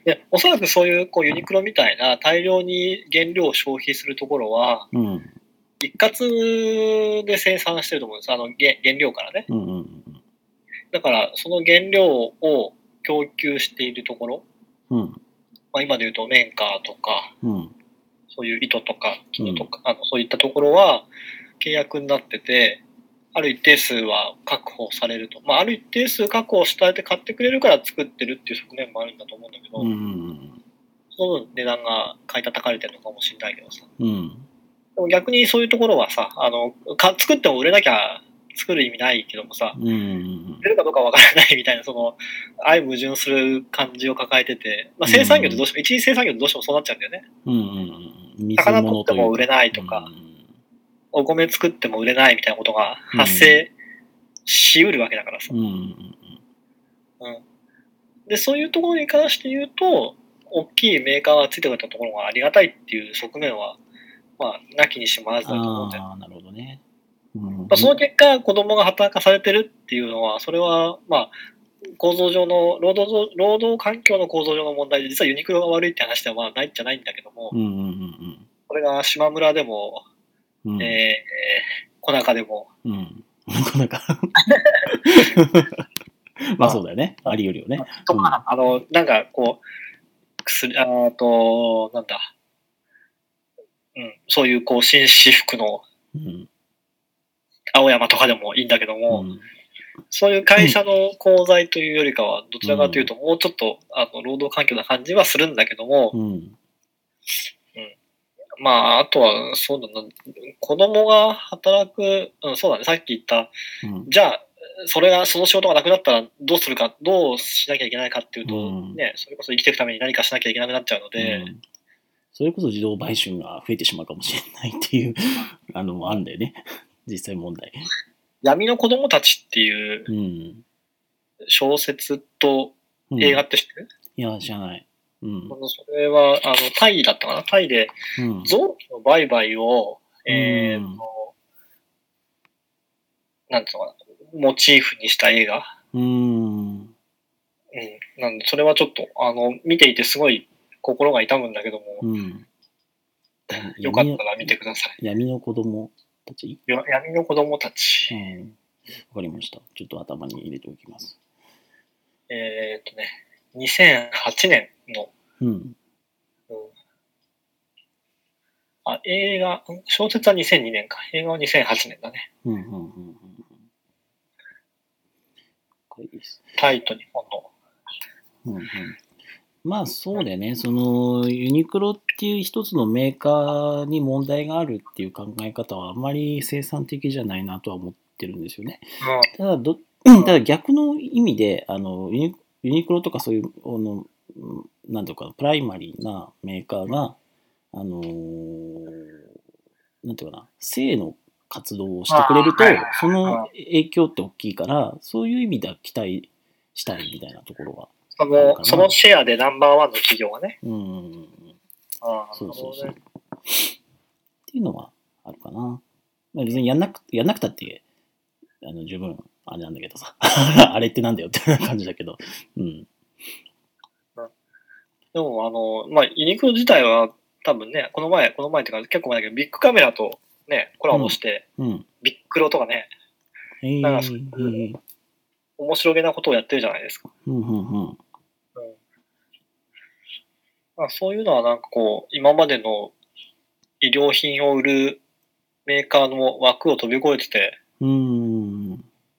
で、おそらくそういう、こう、ユニクロみたいな大量に原料を消費するところは、うん、一括で生産してると思うんです。あの、原原料からね。うんうんうん、だから、その原料を供給しているところ、うんまあ、今で言うとメーカーとか、うん、そういう糸とか絹とか、うん、あのそういったところは契約になってて、ある一定数は確保されると。まあ、ある一定数確保されて買ってくれるから作ってるっていう側面もあるんだと思うんだけど、うん、その分値段が買い叩かれてるのかもしれないけどさ。うん、でも逆にそういうところはさ、あのか作っても売れなきゃ作る意味ないけどもさ、うん、売れるかどうかわからないみたいな、その相矛盾する感じを抱えてて、まあ、生産業ってどうしても、うん、一次生産業ってどうしてもそうなっちゃうんだよね。うんうん、魚取っても売れないとか、うんお米作っても売れないみたいなことが発生しうるわけだからさ、うんうんうん、でそういうところに関して言うと大きいメーカーがついてくれたところがありがたいっていう側面はまあ、なきにしもあらずだと思うんだよ。 ああ、なるほどね。うん、 まあ、その結果、子供が働かされてるっていうのは、それは、まあ、構造上の、労働、労働環境の構造上の問題で、実はユニクロが悪いって話ではまあないんじゃないんだけども、 うんうんうんうん、 これが島村でも、うん、えー、小中でも、 うん、小中まあそうだよね。ありよるよね。 とか、うん、あの、なんかこう、薬、あと、なんだ、うん、そういうこう、紳士服の、青山とかでもいいんだけども、うん、そういう会社の功罪というよりかは、どちらかというと、もうちょっと、あの、労働環境な感じはするんだけども、うん。うん、まあ、あとは、そうだな、子供が働く、うん、そうだね、さっき言った、うん、じゃあ、それが、その仕事がなくなったらどうするか、どうしなきゃいけないかっていうと、うん、ね、それこそ生きていくために何かしなきゃいけなくなっちゃうので、うん、 それこそ自動売春が増えてしまうかもしれないっていう、あの、もあるんだよね。実際問題。 闇の子供たちっていう小説と映画って知ってる？ うん、いや、知らない。うん、 それは、あの、タイだったかな？タイで、臓器の売買を、うん、えーと、なんていうのかな、モチーフにした映画。うん。うん。なんで、それはちょっと、あの、見ていてすごい心が痛むんだけども、うん、よかったら見てください。 闇の子供たち？ 闇の子供たち。 うん。わかりました。ちょっと頭に入れておきます。 えー、っとね、にせんはちねんの、うんうん、あ、映画、小説はにせんにねんか。映画はにせんはちねんだね。うんうんうんうん。タイと日本の。 うんうん、まあそうだよね。そのユニクロっていう一つのメーカーに問題があるっていう考え方はあまり生産的じゃないなとは思ってるんですよね。うん、ただどただ逆の意味であのユニユニクロとかそういうあのなんていうかプライマリーなメーカーがあのなんていうかな性の活動をしてくれるとその影響って大きいからそういう意味では期待したいみたいなところは。 その、そのシェアでナンバーワンの企業はね。うん。 ああ、そうそうそう。っていうのはあるかな。まあ、別にやんなく、やんなくたって、あの、十分、あれなんだけどさ。あれってなんだよって感じだけど。うん。 でも、あの、まあ、ユニクロ自体は多分ね、この前、この前っていうか結構前だけど、ビッグカメラとね、コラボして、うんうん、ビックロとかね、えー、なんか、えー、面白げなことをやってるじゃないですか。うんうんうんまあ、そういうのはなんかこう、今までの医療品を売るメーカーの枠を飛び越えてて、うーん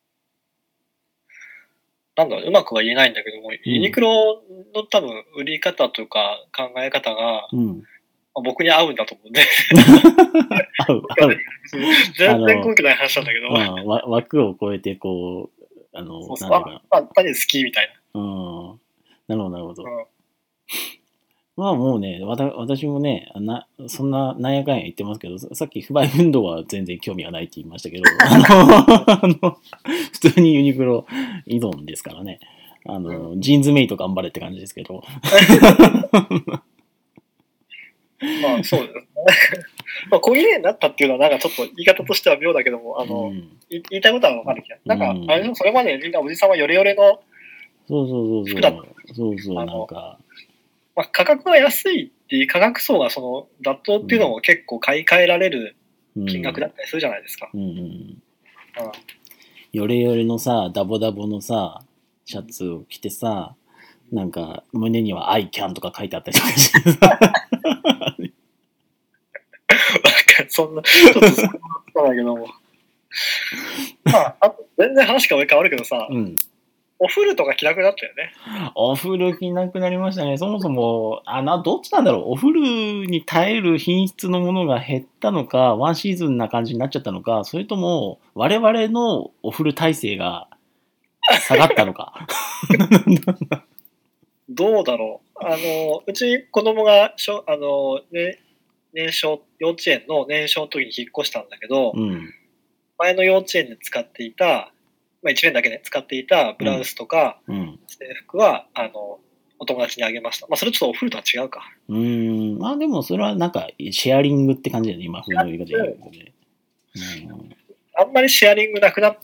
なんだろう、うまくは言えないんだけども、うん、ユニクロの多分売り方というか考え方が、うんまあ、僕に合うんだと思うんで。合う、合う。全然根拠ない話なんだけど。 あわ枠を超えてこう、あの、 そうそうなんていうか。あ、単に好きみたいな。うん。なるほど、なるほど。うんまあもうね、わた私もねな、そんななんやかんや言ってますけど、さっき不買運動は全然興味がないって言いましたけど、あの、あの普通にユニクロ依存ですからね。あの、うん、ジーンズメイト頑張れって感じですけど。 まあそうですね。まあ小切れになったっていうのはなんかちょっと言い方としては妙だけども、あの、うん、言いたいことはわかる気が。なんか、あれでもそれまでみんなおじさんはヨレヨレのそうそうそうそう。そうそう、なんか。 まあ、価格が安いっていう価格層がその妥当っていうのも結構買い替えられる金額だったりするじゃないですか。うんうんうん、 ヨレヨレのさ、ダボダボのさ、シャツを着てさ、なんか胸には I can とか書いてあったりとかしてさ。 そんな、ちょっとそうだけども。まあ、あと全然話が変わるけどさ、うんお風呂とか着なくなったよね。 お風呂着なくなりましたね。そもそも、あな、どっちなんだろう。お風呂に耐える品質のものが減ったのか、ワンシーズンな感じになっちゃったのか、それとも、我々のお風呂体制が下がったのか。 どうだろう。あの、うち子供がしょ、あの、ね、年少、幼稚園の年少の時に引っ越したんだけど、うん、前の幼稚園で使っていた、まあ、いちねんだけね、使っていたブラウスとか制服は、うん、あの、 お友達にあげました。まあそれちょっとお風呂とは違うか。 うーん。まあでもそれはなんかシェアリングって感じだよね、今風の言い方で言うとね。 うん、あんまりシェアリングなくなった、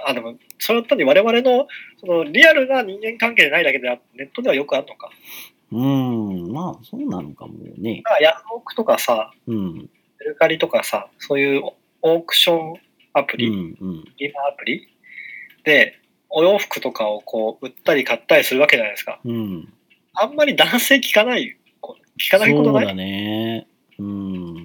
あ、でも、それは単に我々の、そのリアルな人間関係でないだけで、ネットではよくあるのか。 うーん、まあそうなのかもね。 ヤフオクとかさ、 うん、メルカリとかさ、そういうオークションアプリ、 うんうん、 今アプリで、お洋服とかをこう売ったり買ったりするわけじゃないですか。 うん、 あんまり男性聞かない、聞かないことない。 そうだね。うん。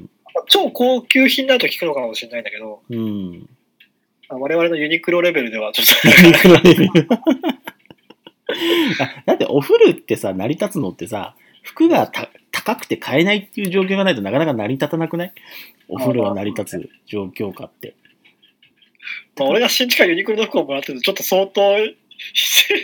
超高級品だと聞くのかもしれないんだけど、 うん、 我々のユニクロレベルではちょっとユニクロレベルだってお風呂ってさ、成り立つのってさ、服がた高くて買えないっていう状況がないとなかなか成り立たなくない？お風呂が成り立つ状況かって。 まあ、俺が新地下ユニクロの服をもらってるとちょっと相当下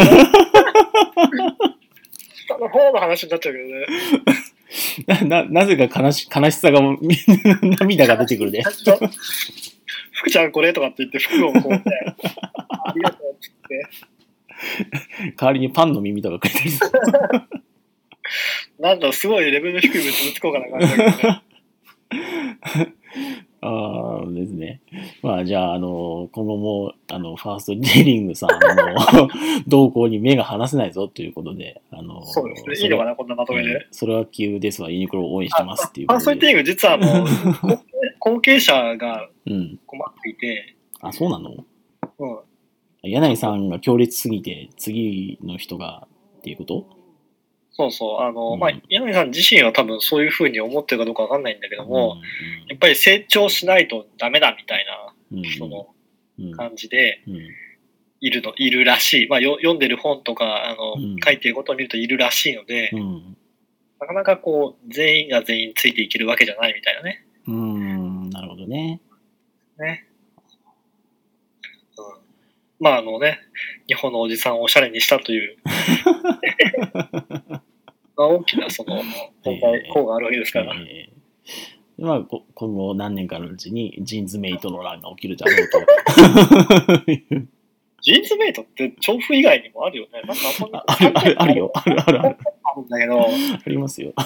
の方の話になっちゃうけどね。 な, な, なぜか悲し悲しさが涙が出てくるね。 福ちゃんこれとかって言って服をこうね、ありがとうって言って。 代わりにパンの耳とか書いたりする。 なんだすごいレベルの低い物々効果な感じだけどね。 ああですね。まあじゃあ、あの、今後も、あの、ファーストデリングさんの動向に目が離せないぞということで、あの、 そうですね。いいのかな、こんなまとめで。 えー、それは急ですわ、ユニクロを応援してますっていうことで。 ファーストデリング実はもう、後継者が困っていて。 うん、あ、そうなの？ うん。 柳さんが強烈すぎて、次の人がっていうこと？ そうそう。あの、うん、まあ、柳さん自身は多分そういうふうに思ってるかどうかわかんないんだけども、うんうん、やっぱり成長しないとダメだみたいな、うん、その感じで、いるの、いるらしい。まあ、よ読んでる本とか、あの、うん、書いてることを見るといるらしいので、うん、なかなかこう、全員が全員ついていけるわけじゃないみたいなね。 うーん、なるほどね。 ね。うん。まあ、あのね、日本のおじさんをおしゃれにしたという。大きなその今回項があるわけですから、えーえーまあ、今後何年かのうちにジーンズメイトの乱が起きるだろうとジーンズメイトって調布以外にもあるよね。なんかあるあるあるよあるあるあるあるんだけどありますよ。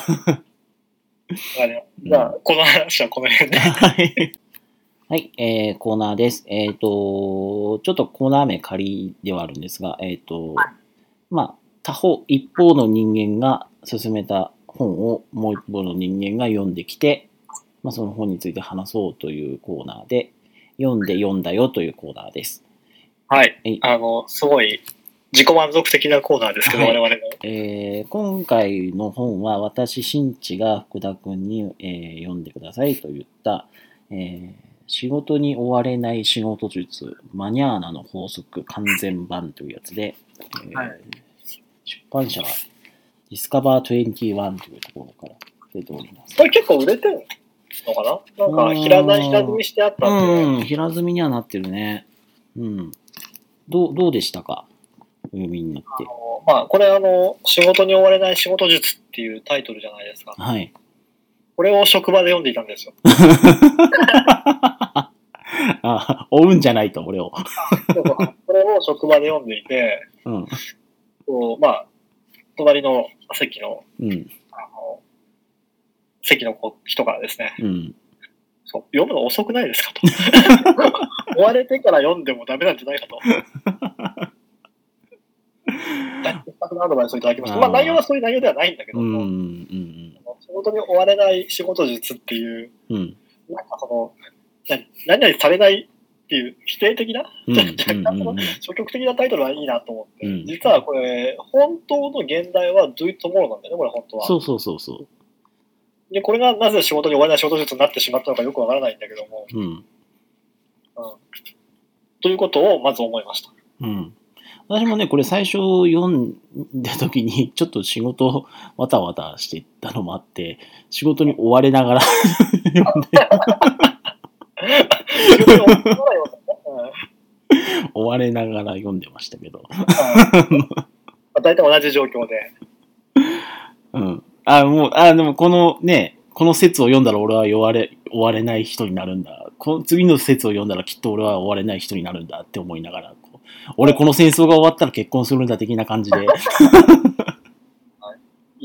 じゃあこの話はこの辺ではいはい、えー、コーナーです。えっ、ー、とちょっとコーナー名仮ではあるんですが、えっ、ー、と、はい、まあ他方一方の人間が進めた本をもう一方の人間が読んできて、まあ、その本について話そうというコーナーで、読んで読んだよというコーナーです。 はい。はい、あの、すごい自己満足的なコーナーですけど、はい、我々の。 えー、今回の本は私、新地が福田くんに、えー、読んでくださいと言った、えー、仕事に追われない仕事術、マニャーナの法則完全版というやつで、えーはい、出版社はディスカバーにじゅういちというところから出ております。 これ結構売れてるのかな？なんか平積平積みしてあったんで、 うん、平積みにはなってるね。うん。どう、どうでしたか？お読みになって。 あのまあ、これあの、仕事に追われない仕事術っていうタイトルじゃないですか。 はい。 これを職場で読んでいたんですよ。 あ、追うんじゃないと、俺を。 そうそうこれを職場で読んでいて、うん、こうまあ、隣の席の、うん、あの席の人からですね、うん、そう読むの遅くないですかと。追われてから読んでもダメなんじゃないかと。アドバイスをいただきました。まあ内容はそういう内容ではないんだけども、うんうん、仕事に追われない仕事術っていう、うん、なんかその、何々されないっていう否定的な、うん、消極的なタイトルはいいなと思って、うん、実はこれ、本当の現代は do it tomorrow なんだよね、これ本当は。 そうそうそうそう。 で、これがなぜ仕事に追われない仕事術になってしまったのかよくわからないんだけども、うんうん、ということをまず思いました。 うん私もね、これ最初読んだ時にちょっと仕事わたわたしてたのもあって、仕事に追われながら読んで追われながら読んでましたけど。 大体同じ状況で。 うん。あ、もう、あ、でもこのね、この説を読んだら俺は追われ、追われない人になるんだ。この次の説を読んだらきっと俺は追われない人になるんだって思いながら、俺この戦争が終わったら結婚するんだ的な感じで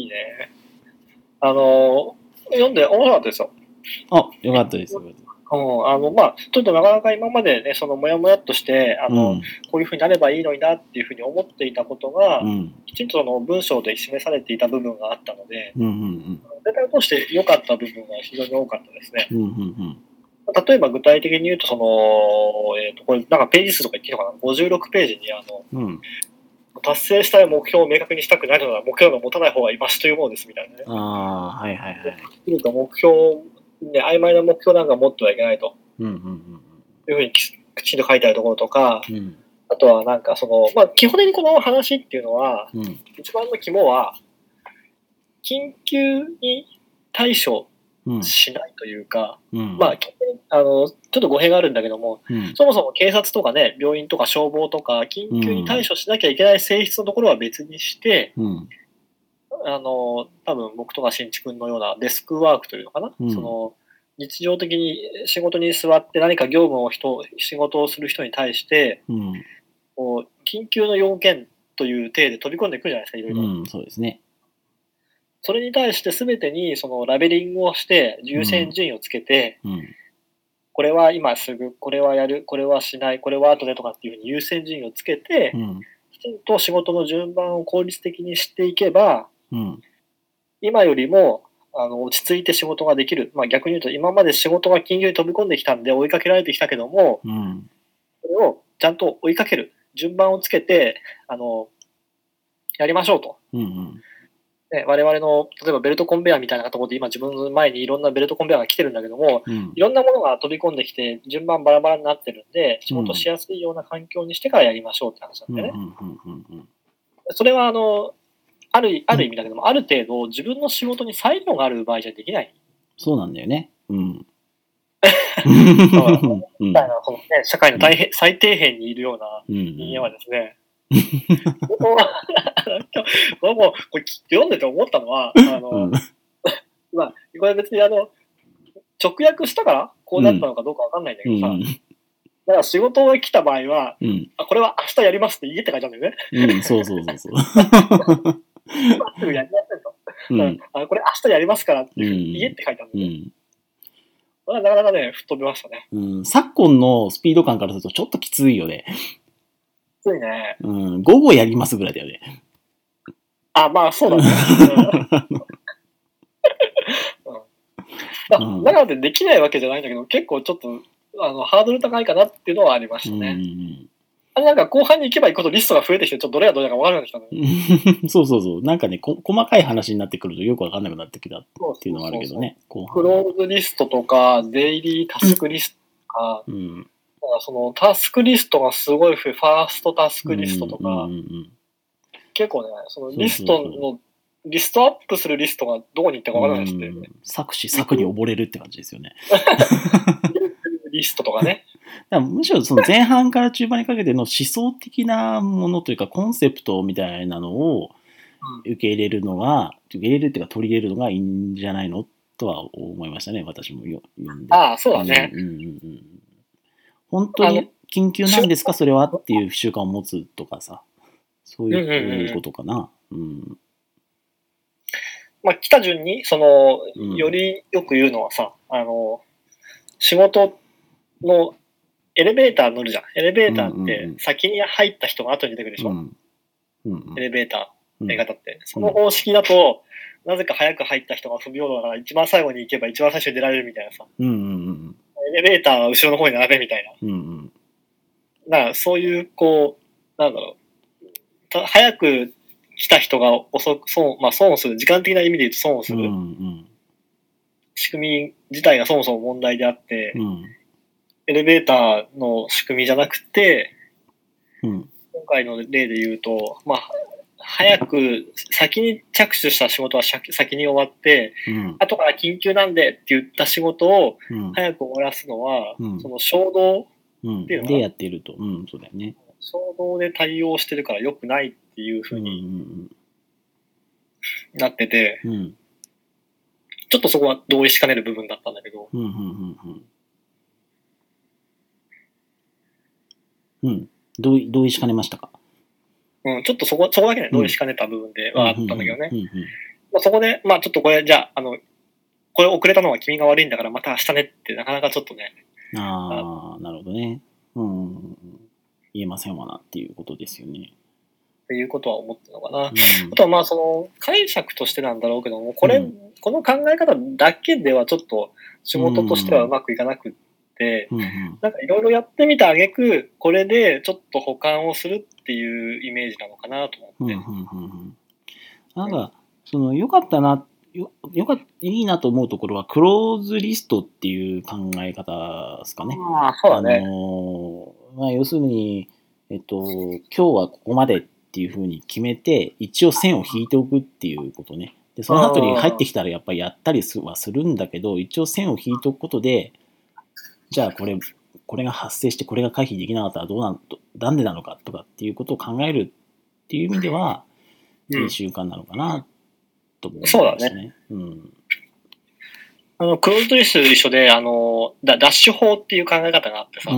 いいね。あの、読んで面白かったですよ。 あ、よかったです。 うん、あの、まあ、ちょっとなかなか今までね、そのもやもやっとして、あの、うん、こういうふうになればいいのになっていうふうに思っていたことが、うん、きちんとその文章で示されていた部分があったので、うんうんうん、全体を通して良かった部分が非常に多かったですね。うんうんうん、例えば具体的に言うと、その、えっと、これなんかページ数とか言っていいのかな、ごじゅうろくページに、あの、うん、達成したい目標を明確にしたくないのなら目標が持たない方がいますというものですみたいなね。 ああ、はいはいはい。 目標、ね、曖昧な目標なんか持ってはいけないと。うんうんうん、いうふうにきちんと書いてあるところとか、うん、あとはなんかその、まあ基本的にこの話っていうのは、うん、一番の肝は、緊急に対処しないというか、うん、まあ、あの、ちょっと語弊があるんだけども、うん、そもそも警察とかね、病院とか消防とか、緊急に対処しなきゃいけない性質のところは別にして、うん、あの、多分僕とか新地君のようなデスクワークというのかな、うん、その、日常的に仕事に座って何か業務を人、仕事をする人に対して、うん、こう緊急の要件という体で飛び込んでいくじゃないですか、いろいろ。 うん、そうですね。 それに対して全てにそのラベリングをして優先順位をつけて、うんうん、これは今すぐ、これはやる、これはしない、これは後でとかっていうふうに優先順位をつけて、うん、きちんと仕事の順番を効率的にしていけば、うん、今よりもあの落ち着いて仕事ができる。まあ、逆に言うと今まで仕事が緊急に飛び込んできたんで追いかけられてきたけども、うん、それをちゃんと追いかける。順番をつけて、あの、やりましょうと。うんうんね、我々の、例えばベルトコンベヤーみたいなところで今自分の前にいろんなベルトコンベヤーが来てるんだけども、うん、いろんなものが飛び込んできて順番バラバラになってるんで、仕事しやすいような環境にしてからやりましょうって話なんだよね。それはあの、ある、ある意味だけども、ある程度自分の仕事に裁量がある場合じゃできない。 そうなんだよね。うん。 みたいな、そのね、社会の大変、最底辺にいるような人間はですね、僕もこれ読んでて思ったのは、あの、うん、まあ、これ別にあの、直訳したからこうなったのかどうかわかんないんだけどさ、うん、だから仕事が来た場合は、うん、あ、これは明日やりますって言えって書いてあるんだよね。うん、そうそうそうそう。 今すぐやりませんと。うん、あこれ明日やりますからって言えって書いてあるんだよね。うん、なかなかね、吹っ飛びましたね。 うん、昨今のスピード感からするとちょっときついよね。 きついね。 うん、午後やりますぐらいだよね。 あ、まあそうだね。うん、まあ、なのでできないわけじゃないんだけど、結構ちょっとあのハードル高いかなっていうのはありましたね。うんあれなんか後半に行けば行くほどリストが増えてきて、ちょっとどれがどれだか分からなくなってきたね。 そうそうそう。なんかねこ、細かい話になってくるとよく分かんなくなってきたっていうのはあるけどね。 そうそうそうクローズリストとか、デイリータスクリストとか、うん、だからそのタスクリストがすごい増え、ファーストタスクリストとか、うんうんうん、結構ね、そのリストの、そうそうそうリストアップするリストがどこに行ったか分からないですね。 作詞作に溺れるって感じですよね。 リストとかね。 だからむしろその前半から中盤にかけての思想的なものというかコンセプトみたいなのを受け入れるのが、うん、受け入れるっていうか取り入れるのがいいんじゃないのとは思いましたね、私も読んで。 ああ、そうだね。うんうんうん、 本当に緊急なんですかそれはっていう習慣を持つとかさ、そういうことかな。うんうんうんまあ、来た順に、その、よりよく言うのはさ、あの、仕事のエレベーター乗るじゃん。エレベーターって先に入った人が後に出てくるでしょ、うんうんうん、エレベーター、やり方って。その方式だと、なぜか早く入った人が不平等だから一番最後に行けば一番最初に出られるみたいなさ。うんうんうん、エレベーターは後ろの方に並べみたいな。うんうん、だからそういう、こう、なんだろう。早く来た人が遅く、損、まあ損をする、時間的な意味で言うと損をする、うんうん、仕組み自体がそもそも問題であって、うん、エレベーターの仕組みじゃなくて、うん、今回の例で言うと、まあ、早く先に着手した仕事は先に終わって、うん、後から緊急なんでって言った仕事を早く終わらすのは、うん、その衝動っていうのが、うん、でやっていると、うん、そうだよね。 衝動で対応してるから良くないっていうふうになってて、うん、ちょっとそこは同意しかねる部分だったんだけど、うんうんうんうん、同意同意しかねましたか。 うん、ちょっとそこそこだけね同意しかねた部分ではあったんだけどね。 まあ、そこで、まあちょっとこれ、じゃあ、あの、これ遅れたのは君が悪いんだからまた明日ねってなかなかちょっとね。 ああ、なるほどね。うん。言えませんわなっていうことですよね。 っていうことは思ってるのかな。うん、あとはまあその解釈としてなんだろうけども、これ、うん、この考え方だけではちょっと仕事としてはうまくいかなくって、うんうん、なんかいろいろやってみた挙句、これでちょっと補完をするっていうイメージなのかなと思って。うんうんうんうん、 なんか、その良かったな、よ、よかった、いいなと思うところはクローズリストっていう考え方ですかね。 ああ、そうだね。 あのまあ、要するに、えっと、今日はここまでっていうふうに決めて、一応線を引いておくっていうことね。で、その後に入ってきたらやっぱりやったりはするんだけど、一応線を引いておくことで、じゃあこれ、これが発生してこれが回避できなかったらどうなん、なんでなのかとかっていうことを考えるっていう意味では、いい習慣なのかなと思いますね。 そうだね。うん。あの、クローズドリストと一緒で、あの、ダッシュ法っていう考え方があってさ、うん、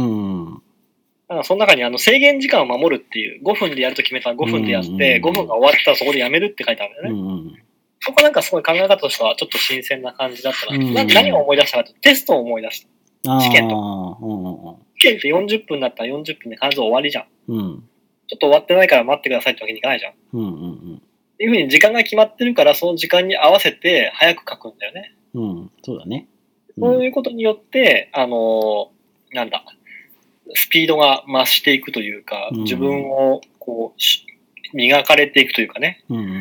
だからその中にあの制限時間を守るっていう、ごふんでやると決めたらごふんでやって、うんうんうん、ごふんが終わったらそこでやめるって書いてあるんだよね。うんうん、そこなんかすごい考え方としてはちょっと新鮮な感じだったな。うんうん、何を思い出したかというと、テストを思い出した。試験とか。うんうん、試験ってよんじゅっぷんだったらよんじゅっぷんで必ず終わりじゃん。うん、ちょっと終わってないから待ってくださいってわけにいかないじゃん。うんうんうん、っていうふうに時間が決まってるから、その時間に合わせて早く書くんだよね。 うん、そうだね。 うん、そういうことによって、あのー、なんだ、スピードが増していくというか、うん、自分をこう磨かれていくというかね。うんうんうん、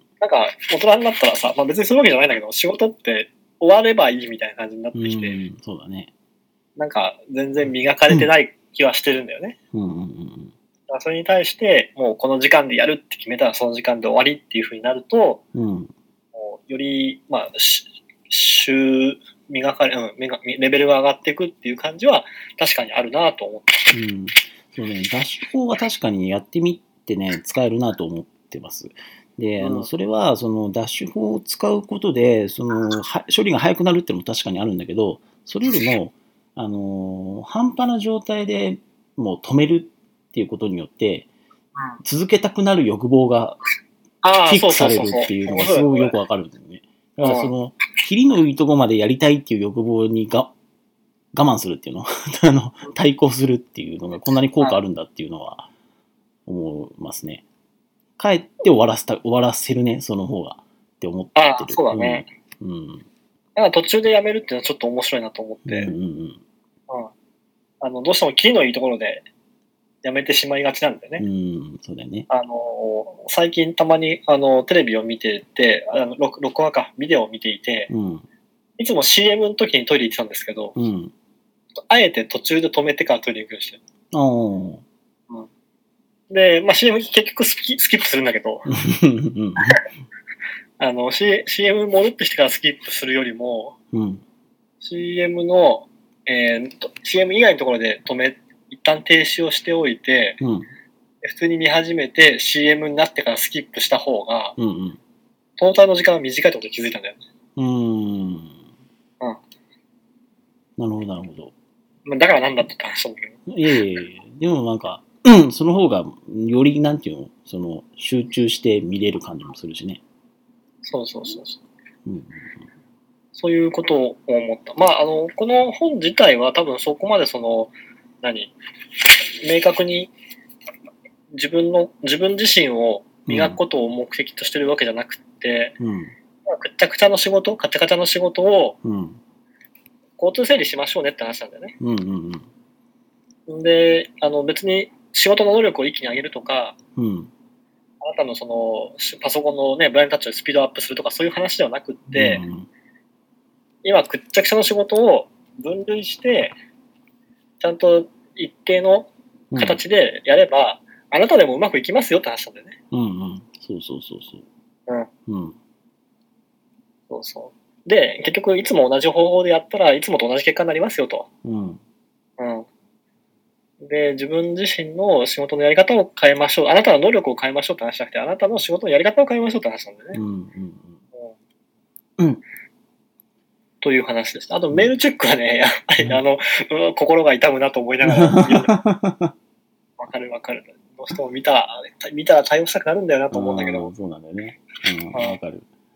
なんか大人になったらさ、まあ、別にそういうわけじゃないんだけど、仕事って終わればいいみたいな感じになってきて、うん、 そうだね。 なんか全然磨かれてない気はしてるんだよね。うんうんうん、だからそれに対してもうこの時間でやるって決めたらその時間で終わりっていう風になると、うん、もうよりまあ週磨かれ、うん、レベルが上がっていくっていう感じは確かにあるなと思って、うん、 そうね、ダッシュ法は確かにやってみてね使えるなと思ってます。で、あのそれはそのダッシュ法を使うことでその処理が早くなるっていうのも確かにあるんだけど、それよりもあの半端な状態でもう止めるっていうことによって続けたくなる欲望がキックされるっていうのがすごくよくわかるんだよね。だからそのキリのいいとこまでやりたいっていう欲望にが我慢するっていうのあの対抗するっていうのがこんなに効果あるんだっていうのは思いますね。帰って終わらせた終わらせるね、その方がって思ってる。 ああ、そうだね。うん。うん、だから途中でやめるっていうのはちょっと面白いなと思って、うんうんうん、あのどうしてもキリのいいところでやめてしまいがちなんだよね。 うん、そうだよね。 あの最近たまにあのテレビを見てて、あの録録画かビデオを見ていて、うん、いつも シーエム の時にトイレ行ってたんですけど、うん、あえて途中で止めてからトイレ行くようにしてる。うん、で、まあ シーエム 結局スキ、スキップするんだけど、あの シーエム 戻ってきてからスキップするよりも、うん、シーエム の、えー、シーエム 以外のところで止め一旦停止をしておいて、うん、普通に見始めて シーエム になってからスキップした方が、うんうん、トータルの時間が短いってことに気づいたんだよね。うーん。うん。 なるほど、なるほど。 だからなんだって話したんだけど。 いえいえ、でもなんか、うん、その方がよりなんていうの、その集中して見れる感じもするしね。 そうそうそうそう。うん、そういうことを思った。まあ、あの、この本自体は多分そこまでその、何明確に自分の自分自身を磨くことを目的としてるわけじゃなくて、うん、くっちゃくちゃの仕事、カチャカチャの仕事を、うん、交通整理しましょうねって話なんだよね。うんうんうん、で、あの別に仕事の能力を一気に上げるとか、うん、あなたのそのパソコンのねブラインドタッチをスピードアップするとかそういう話ではなくって、うん、今くっちゃくちゃの仕事を分類してちゃんと一定の形でやれば、うん、あなたでもうまくいきますよって話なんだよね。 うんうん。そうそうそうそう。うん。うん。 そうそう。で、結局いつも同じ方法でやったらいつもと同じ結果になりますよと。うん。うん。で、自分自身の仕事のやり方を変えましょう。あなたの能力を変えましょうって話じゃなくて、あなたの仕事のやり方を変えましょうって話なんだよね。うんうんうん。うん。うんという話です。あとメールチェックはね、やっぱり、うん、あの、心が痛むなと思いながら。わかるわかる。どうしても見たら、見たら対応したくなるんだよなと思うんだけど。 そうなんだよね。うん、わかる。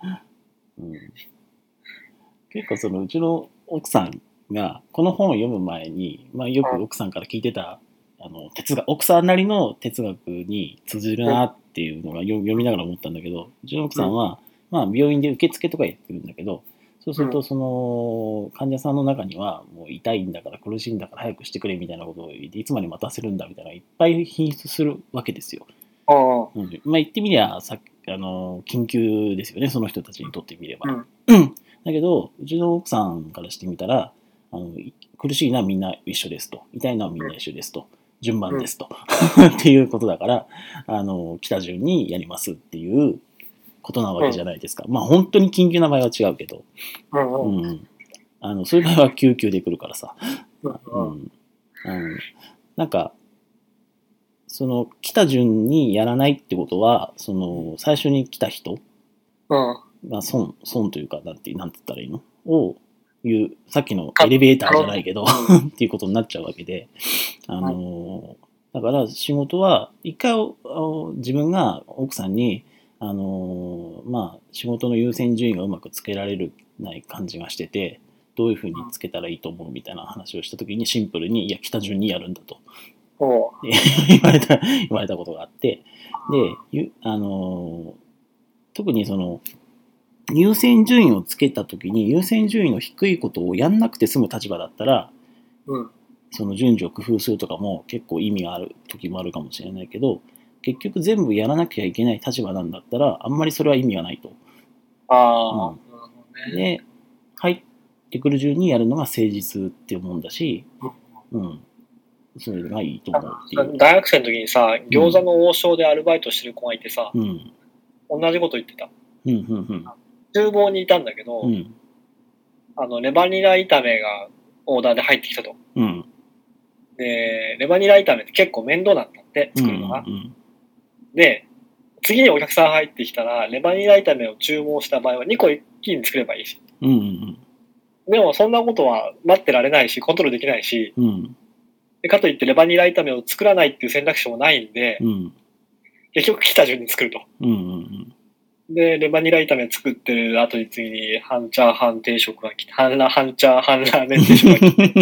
うん、結構そのうちの奥さんがこの本を読む前に、まあ、よく奥さんから聞いてたあの哲学奥さんなりの哲学に通じるなっていうのが読みながら思ったんだけど、うちの奥さんは、まあ、病院で受付とかやってるんだけど、そうするとその患者さんの中にはもう痛いんだから苦しいんだから早くしてくれみたいなことを言っていつまで待たせるんだみたいなのがいっぱい品質するわけですよ。 あうん、まあ言ってみりゃさあの緊急ですよね、その人たちにとってみれば。 うん、 だけどうちの奥さんからしてみたらあの苦しいのはみんな一緒ですと、痛いのはみんな一緒ですと、順番ですと、うん、っていうことだからあの来た順にやりますっていうことなわけじゃないですか。うん、まあ本当に緊急な場合は違うけど、 うんうんうん、あのそういう場合は救急で来るからさ、 うんうんうん、あのなんかその来た順にやらないってことはその最初に来た人が損損というかなんてなんて言ったらいいのをいうさっきのエレベーターじゃないけどっていうことになっちゃうわけで、あのだから仕事は一回自分が奥さんにあのまあ仕事の優先順位がうまくつけられるない感じがしてて、どういうふうにつけたらいいと思うみたいな話をした時にシンプルにいや来た順にやるんだと言われた言われたことがあって、であの特にその優先順位をつけた時に優先順位の低いことをやんなくて済む立場だったら、 うん、 その順序を工夫するとかも結構意味がある時もあるかもしれないけど、結局全部やらなきゃいけない立場なんだったらあんまりそれは意味がないと。 あ、 うん、で入ってくる順にやるのが誠実って思うんだし、うん、それがいいと思うっていう。 大学生の時にさ、餃子の王将でアルバイトしてる子がいてさ、 うん、 同じこと言ってた。 うんうんうん、 厨房にいたんだけど、うん、あのレバニラ炒めがオーダーで入ってきたと。 うん、 で、レバニラ炒めって結構面倒なんだって、作るのが。うんうん、で、次にお客さん入ってきたら、レバニラ炒めを注文した場合はにこ一気に作ればいいし。 うんうんうん、 でもそんなことは待ってられないし、コントロールできないし、 うん、 でかといってレバニラ炒めを作らないっていう選択肢もないんで、うん、結局来た順に作ると。 うんうんうんで、レバニラ炒め作ってる後に次に、半チャーハン定食が来て、半ラ、半チャーハンラーメン定食が来て、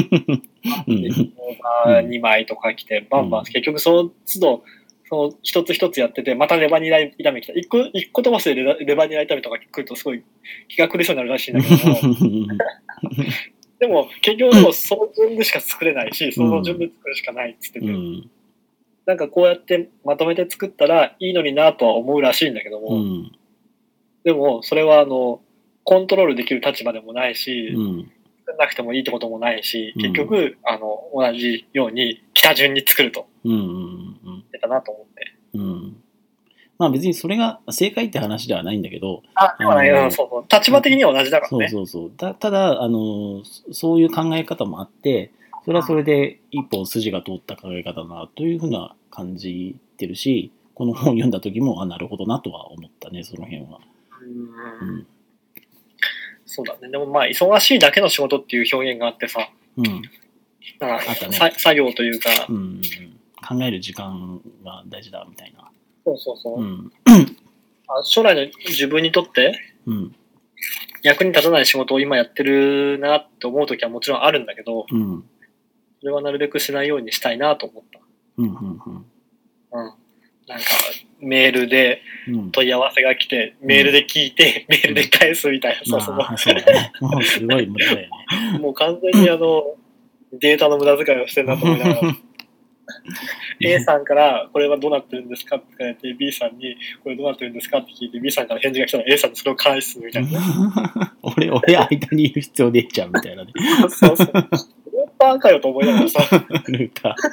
にまいとか来て、バンバン、うん、結局その都度、その一つ一つやってて、またレバニラ炒め来た。一個、一個飛ばしでレ, レバニラ炒めとか来るとすごい気が狂いそうになるらしいんだけども、でも結局でもその順でしか作れないし、その順で作るしかないっつってて、うん、なんかこうやってまとめて作ったらいいのになとは思うらしいんだけども、うん、でもそれはあのコントロールできる立場でもないし、うん、作らなくてもいいってこともないし、結局、うん、あの同じように来た順に作ると言ってたなと思って、 うんうん、まあ別にそれが正解って話ではないんだけど、 あ、ではないよ、そうそう、立場的には同じだからね。 そうそうそう。た、ただあのそういう考え方もあって、それはそれで一本筋が通った考え方だなというふうな感じてるし、この本を読んだ時もあなるほどなとは思ったね、その辺は。 うんうん、そうだね。でもまあ忙しいだけの仕事っていう表現があってさ、うん、あったね、作業というか、 うんうん、考える時間が大事だみたいな。 そうそうそう。うん、将来の自分にとって、うん、役に立たない仕事を今やってるなって思うときはもちろんあるんだけど、うん、それはなるべくしないようにしたいなと思った。うんうんうんうん、なんかメールで問い合わせが来て、うん、メールで聞いて、うん、メールで返すみたいな、うん、そうそう。 まあ、そうだね。もうすごい無駄だよね。もう完全にあの、データの無駄遣いをしてるなと思いながら。A さんからこれはどうなってるんですかって聞かれて B さんにこれどうなってるんですかって聞いて B さんから返事が来たら A さんにそれを返すみたいな。 俺、俺間にいる必要出ちゃうみたいなね。 そうそう。ルーターかよと思いながらさ。 ルータ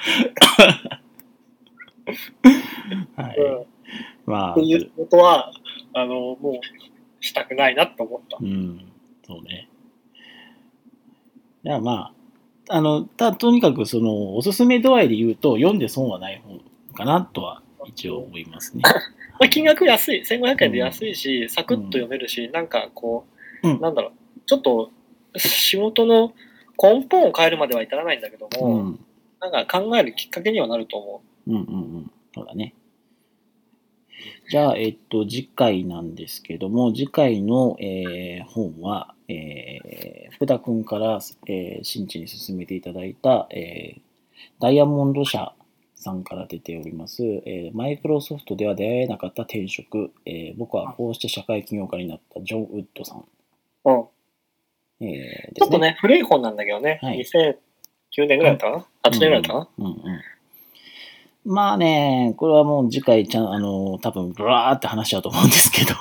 ー。はい。うん、まあ。 っていうことは、あの、もうしたくないなと思った。 うん。そうね。いや、まあ。あのたとにかくそのおすすめ度合いで言うと読んで損はない本かなとは一応思いますね。 まあ金額安い、せんごひゃくえんで安いし、うん、サクッと読めるし、なんかこう、うん、なんだろう、ちょっと仕事の根本を変えるまでは至らないんだけども、うん、なんか考えるきっかけにはなると思う。うんうんうん、そうだね。 じゃあ、えっと、次回なんですけども、次回の、えー、本は、えー、福田くんから、えー、新地に進めていただいた、えー、ダイヤモンド社さんから出ております、えー、マイクロソフトでは出会えなかった転職、えー、僕はこうして社会起業家になったジョン・ウッドさん。 うん。 えーね、 ちょっとね、古い本なんだけどね、はい、にせんきゅうねんぐらいだったかな、うん、はちねんぐらいだったかな、 うんうんうんまあね、これはもう次回ちゃん、あの、多分ブワーって話しちゃうと思うんですけど。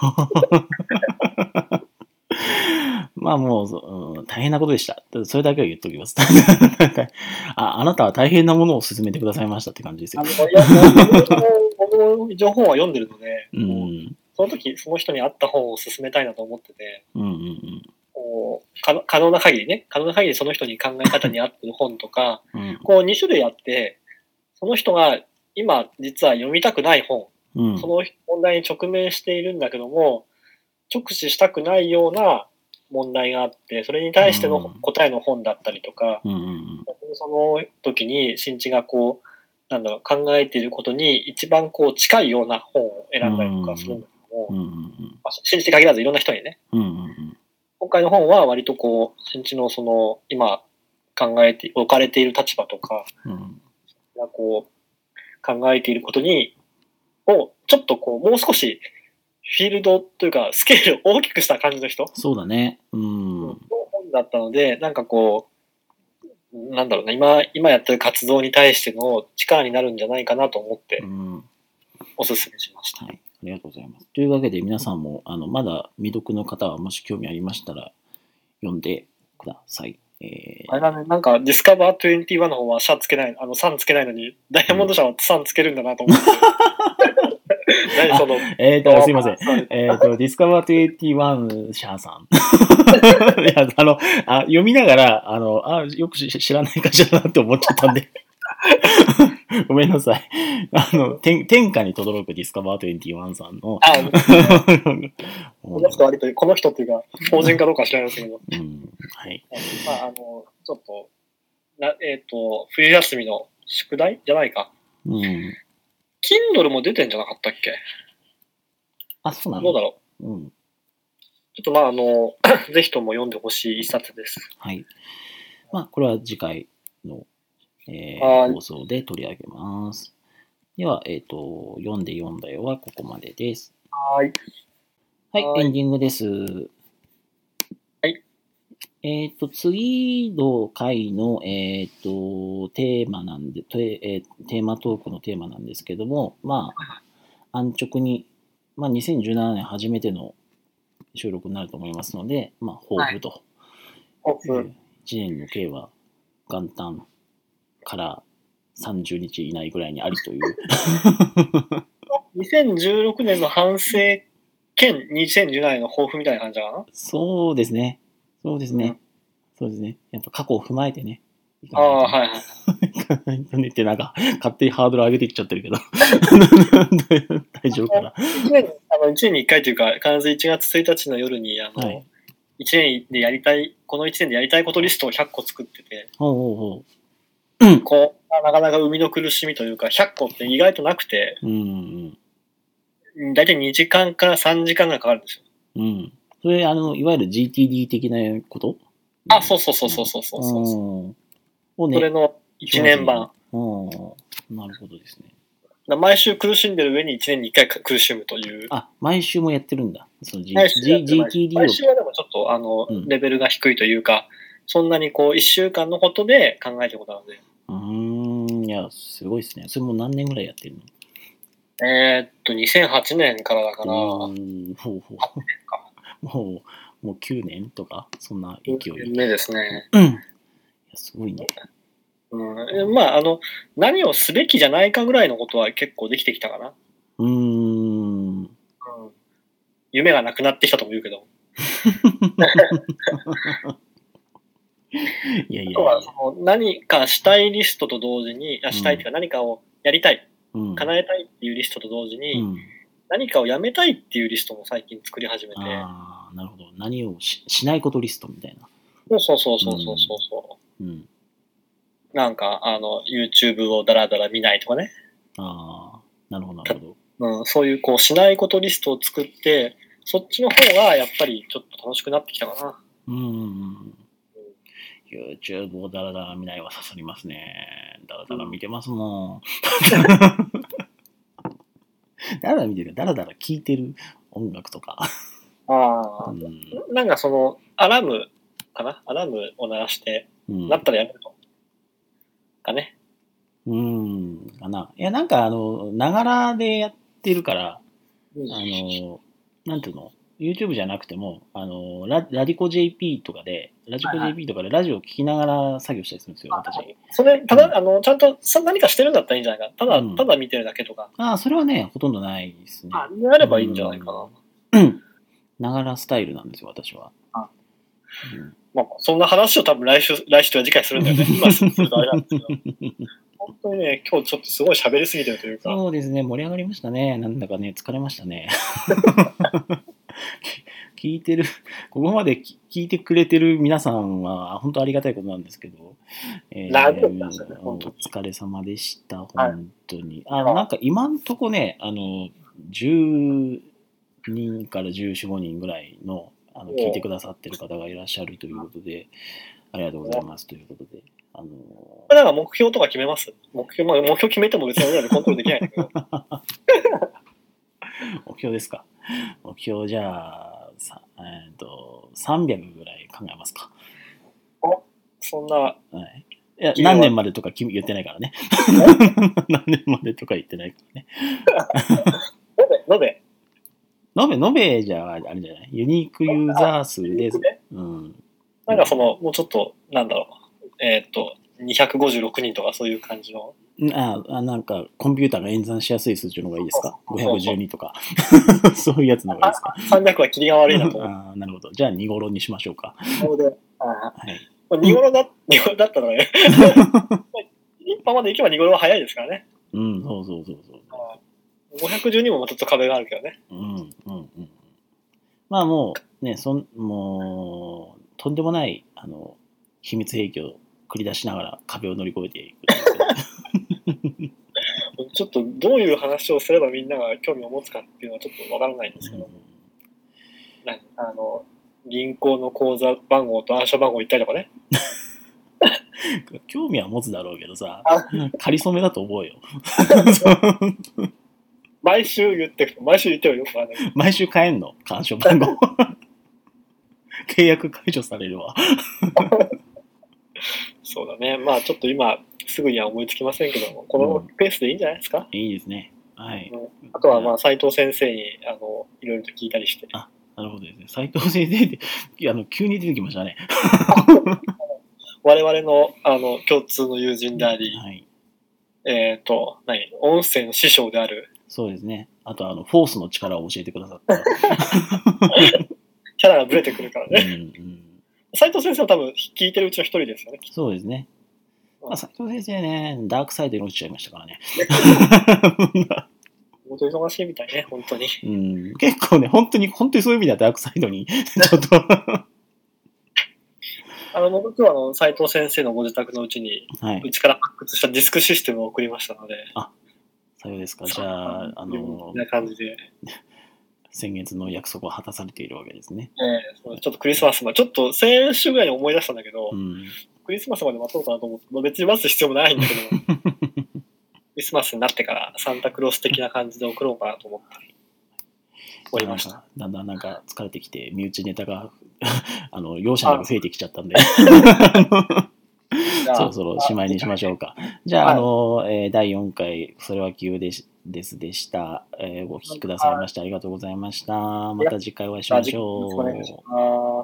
まあもう、うん、大変なことでした。それだけは言っときます。あ。あなたは大変なものを進めてくださいましたって感じですよ。 あのいや、僕も情報は読んでるので、うん、その時その人に合った本を進めたいなと思ってて、うんうんうんこう可可能な限りね、可能な限りその人に考え方に合ってる本とか、うん、こうに種類あって、その人が今実は読みたくない本、うん、その問題に直面しているんだけども、直視したくないような問題があって、それに対しての答えの本だったりとか、うんうんうん、その時に新地がこう、なんだろう、考えていることに一番こう近いような本を選んだりとかするんだけども、うんうんうんまあ、新地に限らずいろんな人にね、うんうんうん、今回の本は割とこう、新地のその今考えて、置かれている立場とか、うん、こう考えていることに、をちょっとこう、もう少しフィールドというか、スケールを大きくした感じの人そうだね。うん。 の本だったので、なんかこう、なんだろうな、今、今やってる活動に対しての力になるんじゃないかなと思って、おすすめしました。 うん、はい。ありがとうございます。というわけで、皆さんも、あの、まだ未読の方は、もし興味ありましたら、読んでください。 えー、あれだね、なんか、ディスカバーにじゅういちの方はシャつけない、あの、さんつけないのに、ダイヤモンド社はさんつけるんだなと思って。 何そのえっ、ー、と、すいません。えっ、ー、と、ディスカバーにじゅういち社さん。いや、あのあ、読みながら、あの、あ、よく知らない会社だなって思っちゃったんで。ごめんなさい。あの、天天下に轟くディスカバーにじゅういちさんの。あ、 ね、この人割と、この人っていうか、法人かどうか知らないですけど。うん、はい。まあ、あの、ちょっと、なえっ、ー、と、冬休みの宿題じゃないか。うん。Kindle も出てんじゃなかったっけ？ あ、そうなの？ どうだろう。うん。ちょっとまあ、あの、ぜひとも読んでほしい一冊です。 はい。まあ、これは次回の、えー、放送で取り上げます。では、えっ、ー、と、読んで読んだよはここまでです。 はい。 はい、はいエンディングです。はい。えっ、ー、と、次の回の、えっ、ー、と、テーマなんで、テーマトークのテーマなんですけども、まあ、安直に、まあ、にせんじゅうななねん初めての収録になると思いますので、まあ、抱負と。 抱負、はい。 いちねんの計は元旦からさんじゅうにち以内ぐらいにありという。 にせんじゅうろくねんの反省兼にせんじゅうななねんの抱負みたいな感じかな？ そうですね。そうですね。うん、そうですね。やっぱ過去を踏まえてね。 ああ、はいはい。 ってなんか、勝手にハードル上げていっちゃってるけど。大丈夫かな。 いちねん、あの、いちねんにいっかいというか、必ずいちがつついたちの夜に、あの、はい、いちねんでやりたい、このいちねんでやりたいことリストをひゃっこ作ってて、ほうほうほうこう、なかなか生みの苦しみというか、ひゃっこって意外となくて、うんうん、だいたいにじかんからさんじかんぐらいかかるんですよ。 うん。それ、あの、いわゆる ジーティーディー 的なことあ、そうそうそうそうそうそうそう。うん、ね、それのいちねんばん。 なるほどですね。 毎週苦しんでる上にいちねんにいっかい苦しむという。 あ、毎週もやってるんだ。その G、 毎週 G、ジーティーディー を。毎週はでもちょっと、あの、うん、レベルが低いというか、そんなにこう、いっしゅうかんのことで考えてることなので。 うーん、いや、すごいですね。それも何年ぐらいやってるの？ えー、っと、にせんはちねんからだから、うん、 ほうほう。はちねんか。もう、もうきゅうねんとか、そんな勢い。 きゅうねんめですね。 うん。いや、すごいね。 うん、まあ、あの、何をすべきじゃないかぐらいのことは結構できてきたかな。うーん。うん、夢がなくなってきたとも言うけど。いやいやいや。あとはその何かしたいリストと同時に、あしたいというか何かをやりたい、うん、叶えたいっていうリストと同時に、うん、何かをやめたいっていうリストも最近作り始めて。 ああ、なるほど。何を し, しないことリストみたいな。 そうそうそうそうそうそう。うん。なんか、あの、YouTube をダラダラ見ないとかね。 ああ、なるほど、なるほど。 うん、そういうこうしないことリストを作って、そっちの方がやっぱりちょっと楽しくなってきたかな。 うん。YouTube をダラダラ見ないは刺さりますね。ダラダラ見てますもん。ダラダラ見てるか、ダラダラ聴いてる音楽とか。 ああ、うん、なんかその、アラームかなアラームを鳴らして、うん、なったらやめると。かね。 うーん、かな。いや、なんかあの、ながらでやってるから、うん、あの、なんていうのYouTube じゃなくても、あの、ラ, ラディコ ジェーピー とかで、ラジコ ジェーピー とかでラジオを聞きながら作業したりするんですよ、私。 それ、ただ、うん、あの、ちゃんと何かしてるんだったらいいんじゃないか。ただ、うん、ただ見てるだけとか。 ああ、それはね、ほとんどないですね。 あ、やればいいんじゃないかな。うん。ながらスタイルなんですよ、私は。あ、 うん、まあ、そんな話を多分来週、来週とは次回するんだよね。今するとあれなんですけど。本当にね、今日ちょっとすごい喋りすぎてるというか。 そうですね、盛り上がりましたね。なんだかね、疲れましたね。聞いてる、ここまで聞いてくれてる皆さんは本当ありがたいことなんですけど、えー、お疲れ様でした、本当に。はい、あのなんか今んとこね、あの、じゅうにんからじゅうよん、ごにんぐらいの、あの聞いてくださってる方がいらっしゃるということで、ありがとうございますということで。あのー、 これなんか目標とか決めます目標、まあ、目標決めても別に俺らでコントロールできないんだけど。 目標ですか。目標じゃあ、さえー、とさんびゃくぐらい考えますか。 お、そんな。はい。いや、何年までとか言ってないからね。何年までとか言ってないからね。 延べ延べ延べじゃあ、あれじゃないユニークユーザー数です。うん。 なんかその、もうちょっと、なんだろう。えっと、にひゃくごじゅうろくにんとかそういう感じの。 ああ、なんか、コンピューターが演算しやすい数値の方がいいですか ?ごひゃくじゅうに とか。そういうやつの方がいいですかさんびゃくは切りが悪いなと。 ああ、なるほど。じゃあ、にごろにしましょうか。 そうで。はい。にごろだ、にごろだったらね。一般まで行けばにごろは早いですからね。 うん、そうそうそうそう。 ごひゃくじゅうにもまたちょっと壁があるけどね。 うん、うん、うん。まあもう、ね、そん、もう、とんでもない、あの、秘密兵器を繰り出しながら壁を乗り越えていく。 ちょっとどういう話をすればみんなが興味を持つかっていうのはちょっとわからないんですけど、うん、あの銀行の口座番号と暗証番号言ったりとかね。 興味は持つだろうけどさ、仮初めだと思うよ。 毎週言ってる毎週言ってるよくわかんない。 毎週変えんの暗証番号。契約解除されるわ。 そうだね。まあちょっと今すぐには思いつきませんけども、このペースでいいんじゃないですか。 うん、いいですね。はい。 うん、あとはまあ斉藤先生にあのいろいろと聞いたりして。 あ、なるほどですね。斉藤先生ってあの急に出てきましたね。 我々のあの共通の友人であり、はい、えっ、ー、と何音声の師匠である。 そうですね。あとあのフォースの力を教えてくださった。 キャラがブレてくるからね。うんうん斉藤先生は多分聞いてるうちの一人ですよね。 そうですね。まあ、斉藤先生ね、ダークサイドに落ちちゃいましたからね。 本当に忙しいみたいね、本当に。 うん、結構ね、本当に、本当にそういう意味ではダークサイドに、ちょっとあの、僕はあの斉藤先生のご自宅のうちに、はい、うちから発掘したディスクシステムを送りましたので。 あ、さようですか。じゃあ、あの、 な感じで。 先月の約束を果たされているわけですね。 えー、ちょっとクリスマスまで、ちょっと先週ぐらいに思い出したんだけど、うん、クリスマスまで待とうかなと思って、まあ、別に待つ必要もないんだけど、クリスマスになってからサンタクロース的な感じで送ろうかなと思っておりました。 だんだんなんか疲れてきて、身内ネタがあの容赦なく増えてきちゃったんで。そろそろしまいにしましょうか。じゃあ、はい、あの、えー、だいよんかい、それは急でしですでした、えー。お聞きくださいましてありがとうございました。また次回お会いしましょう。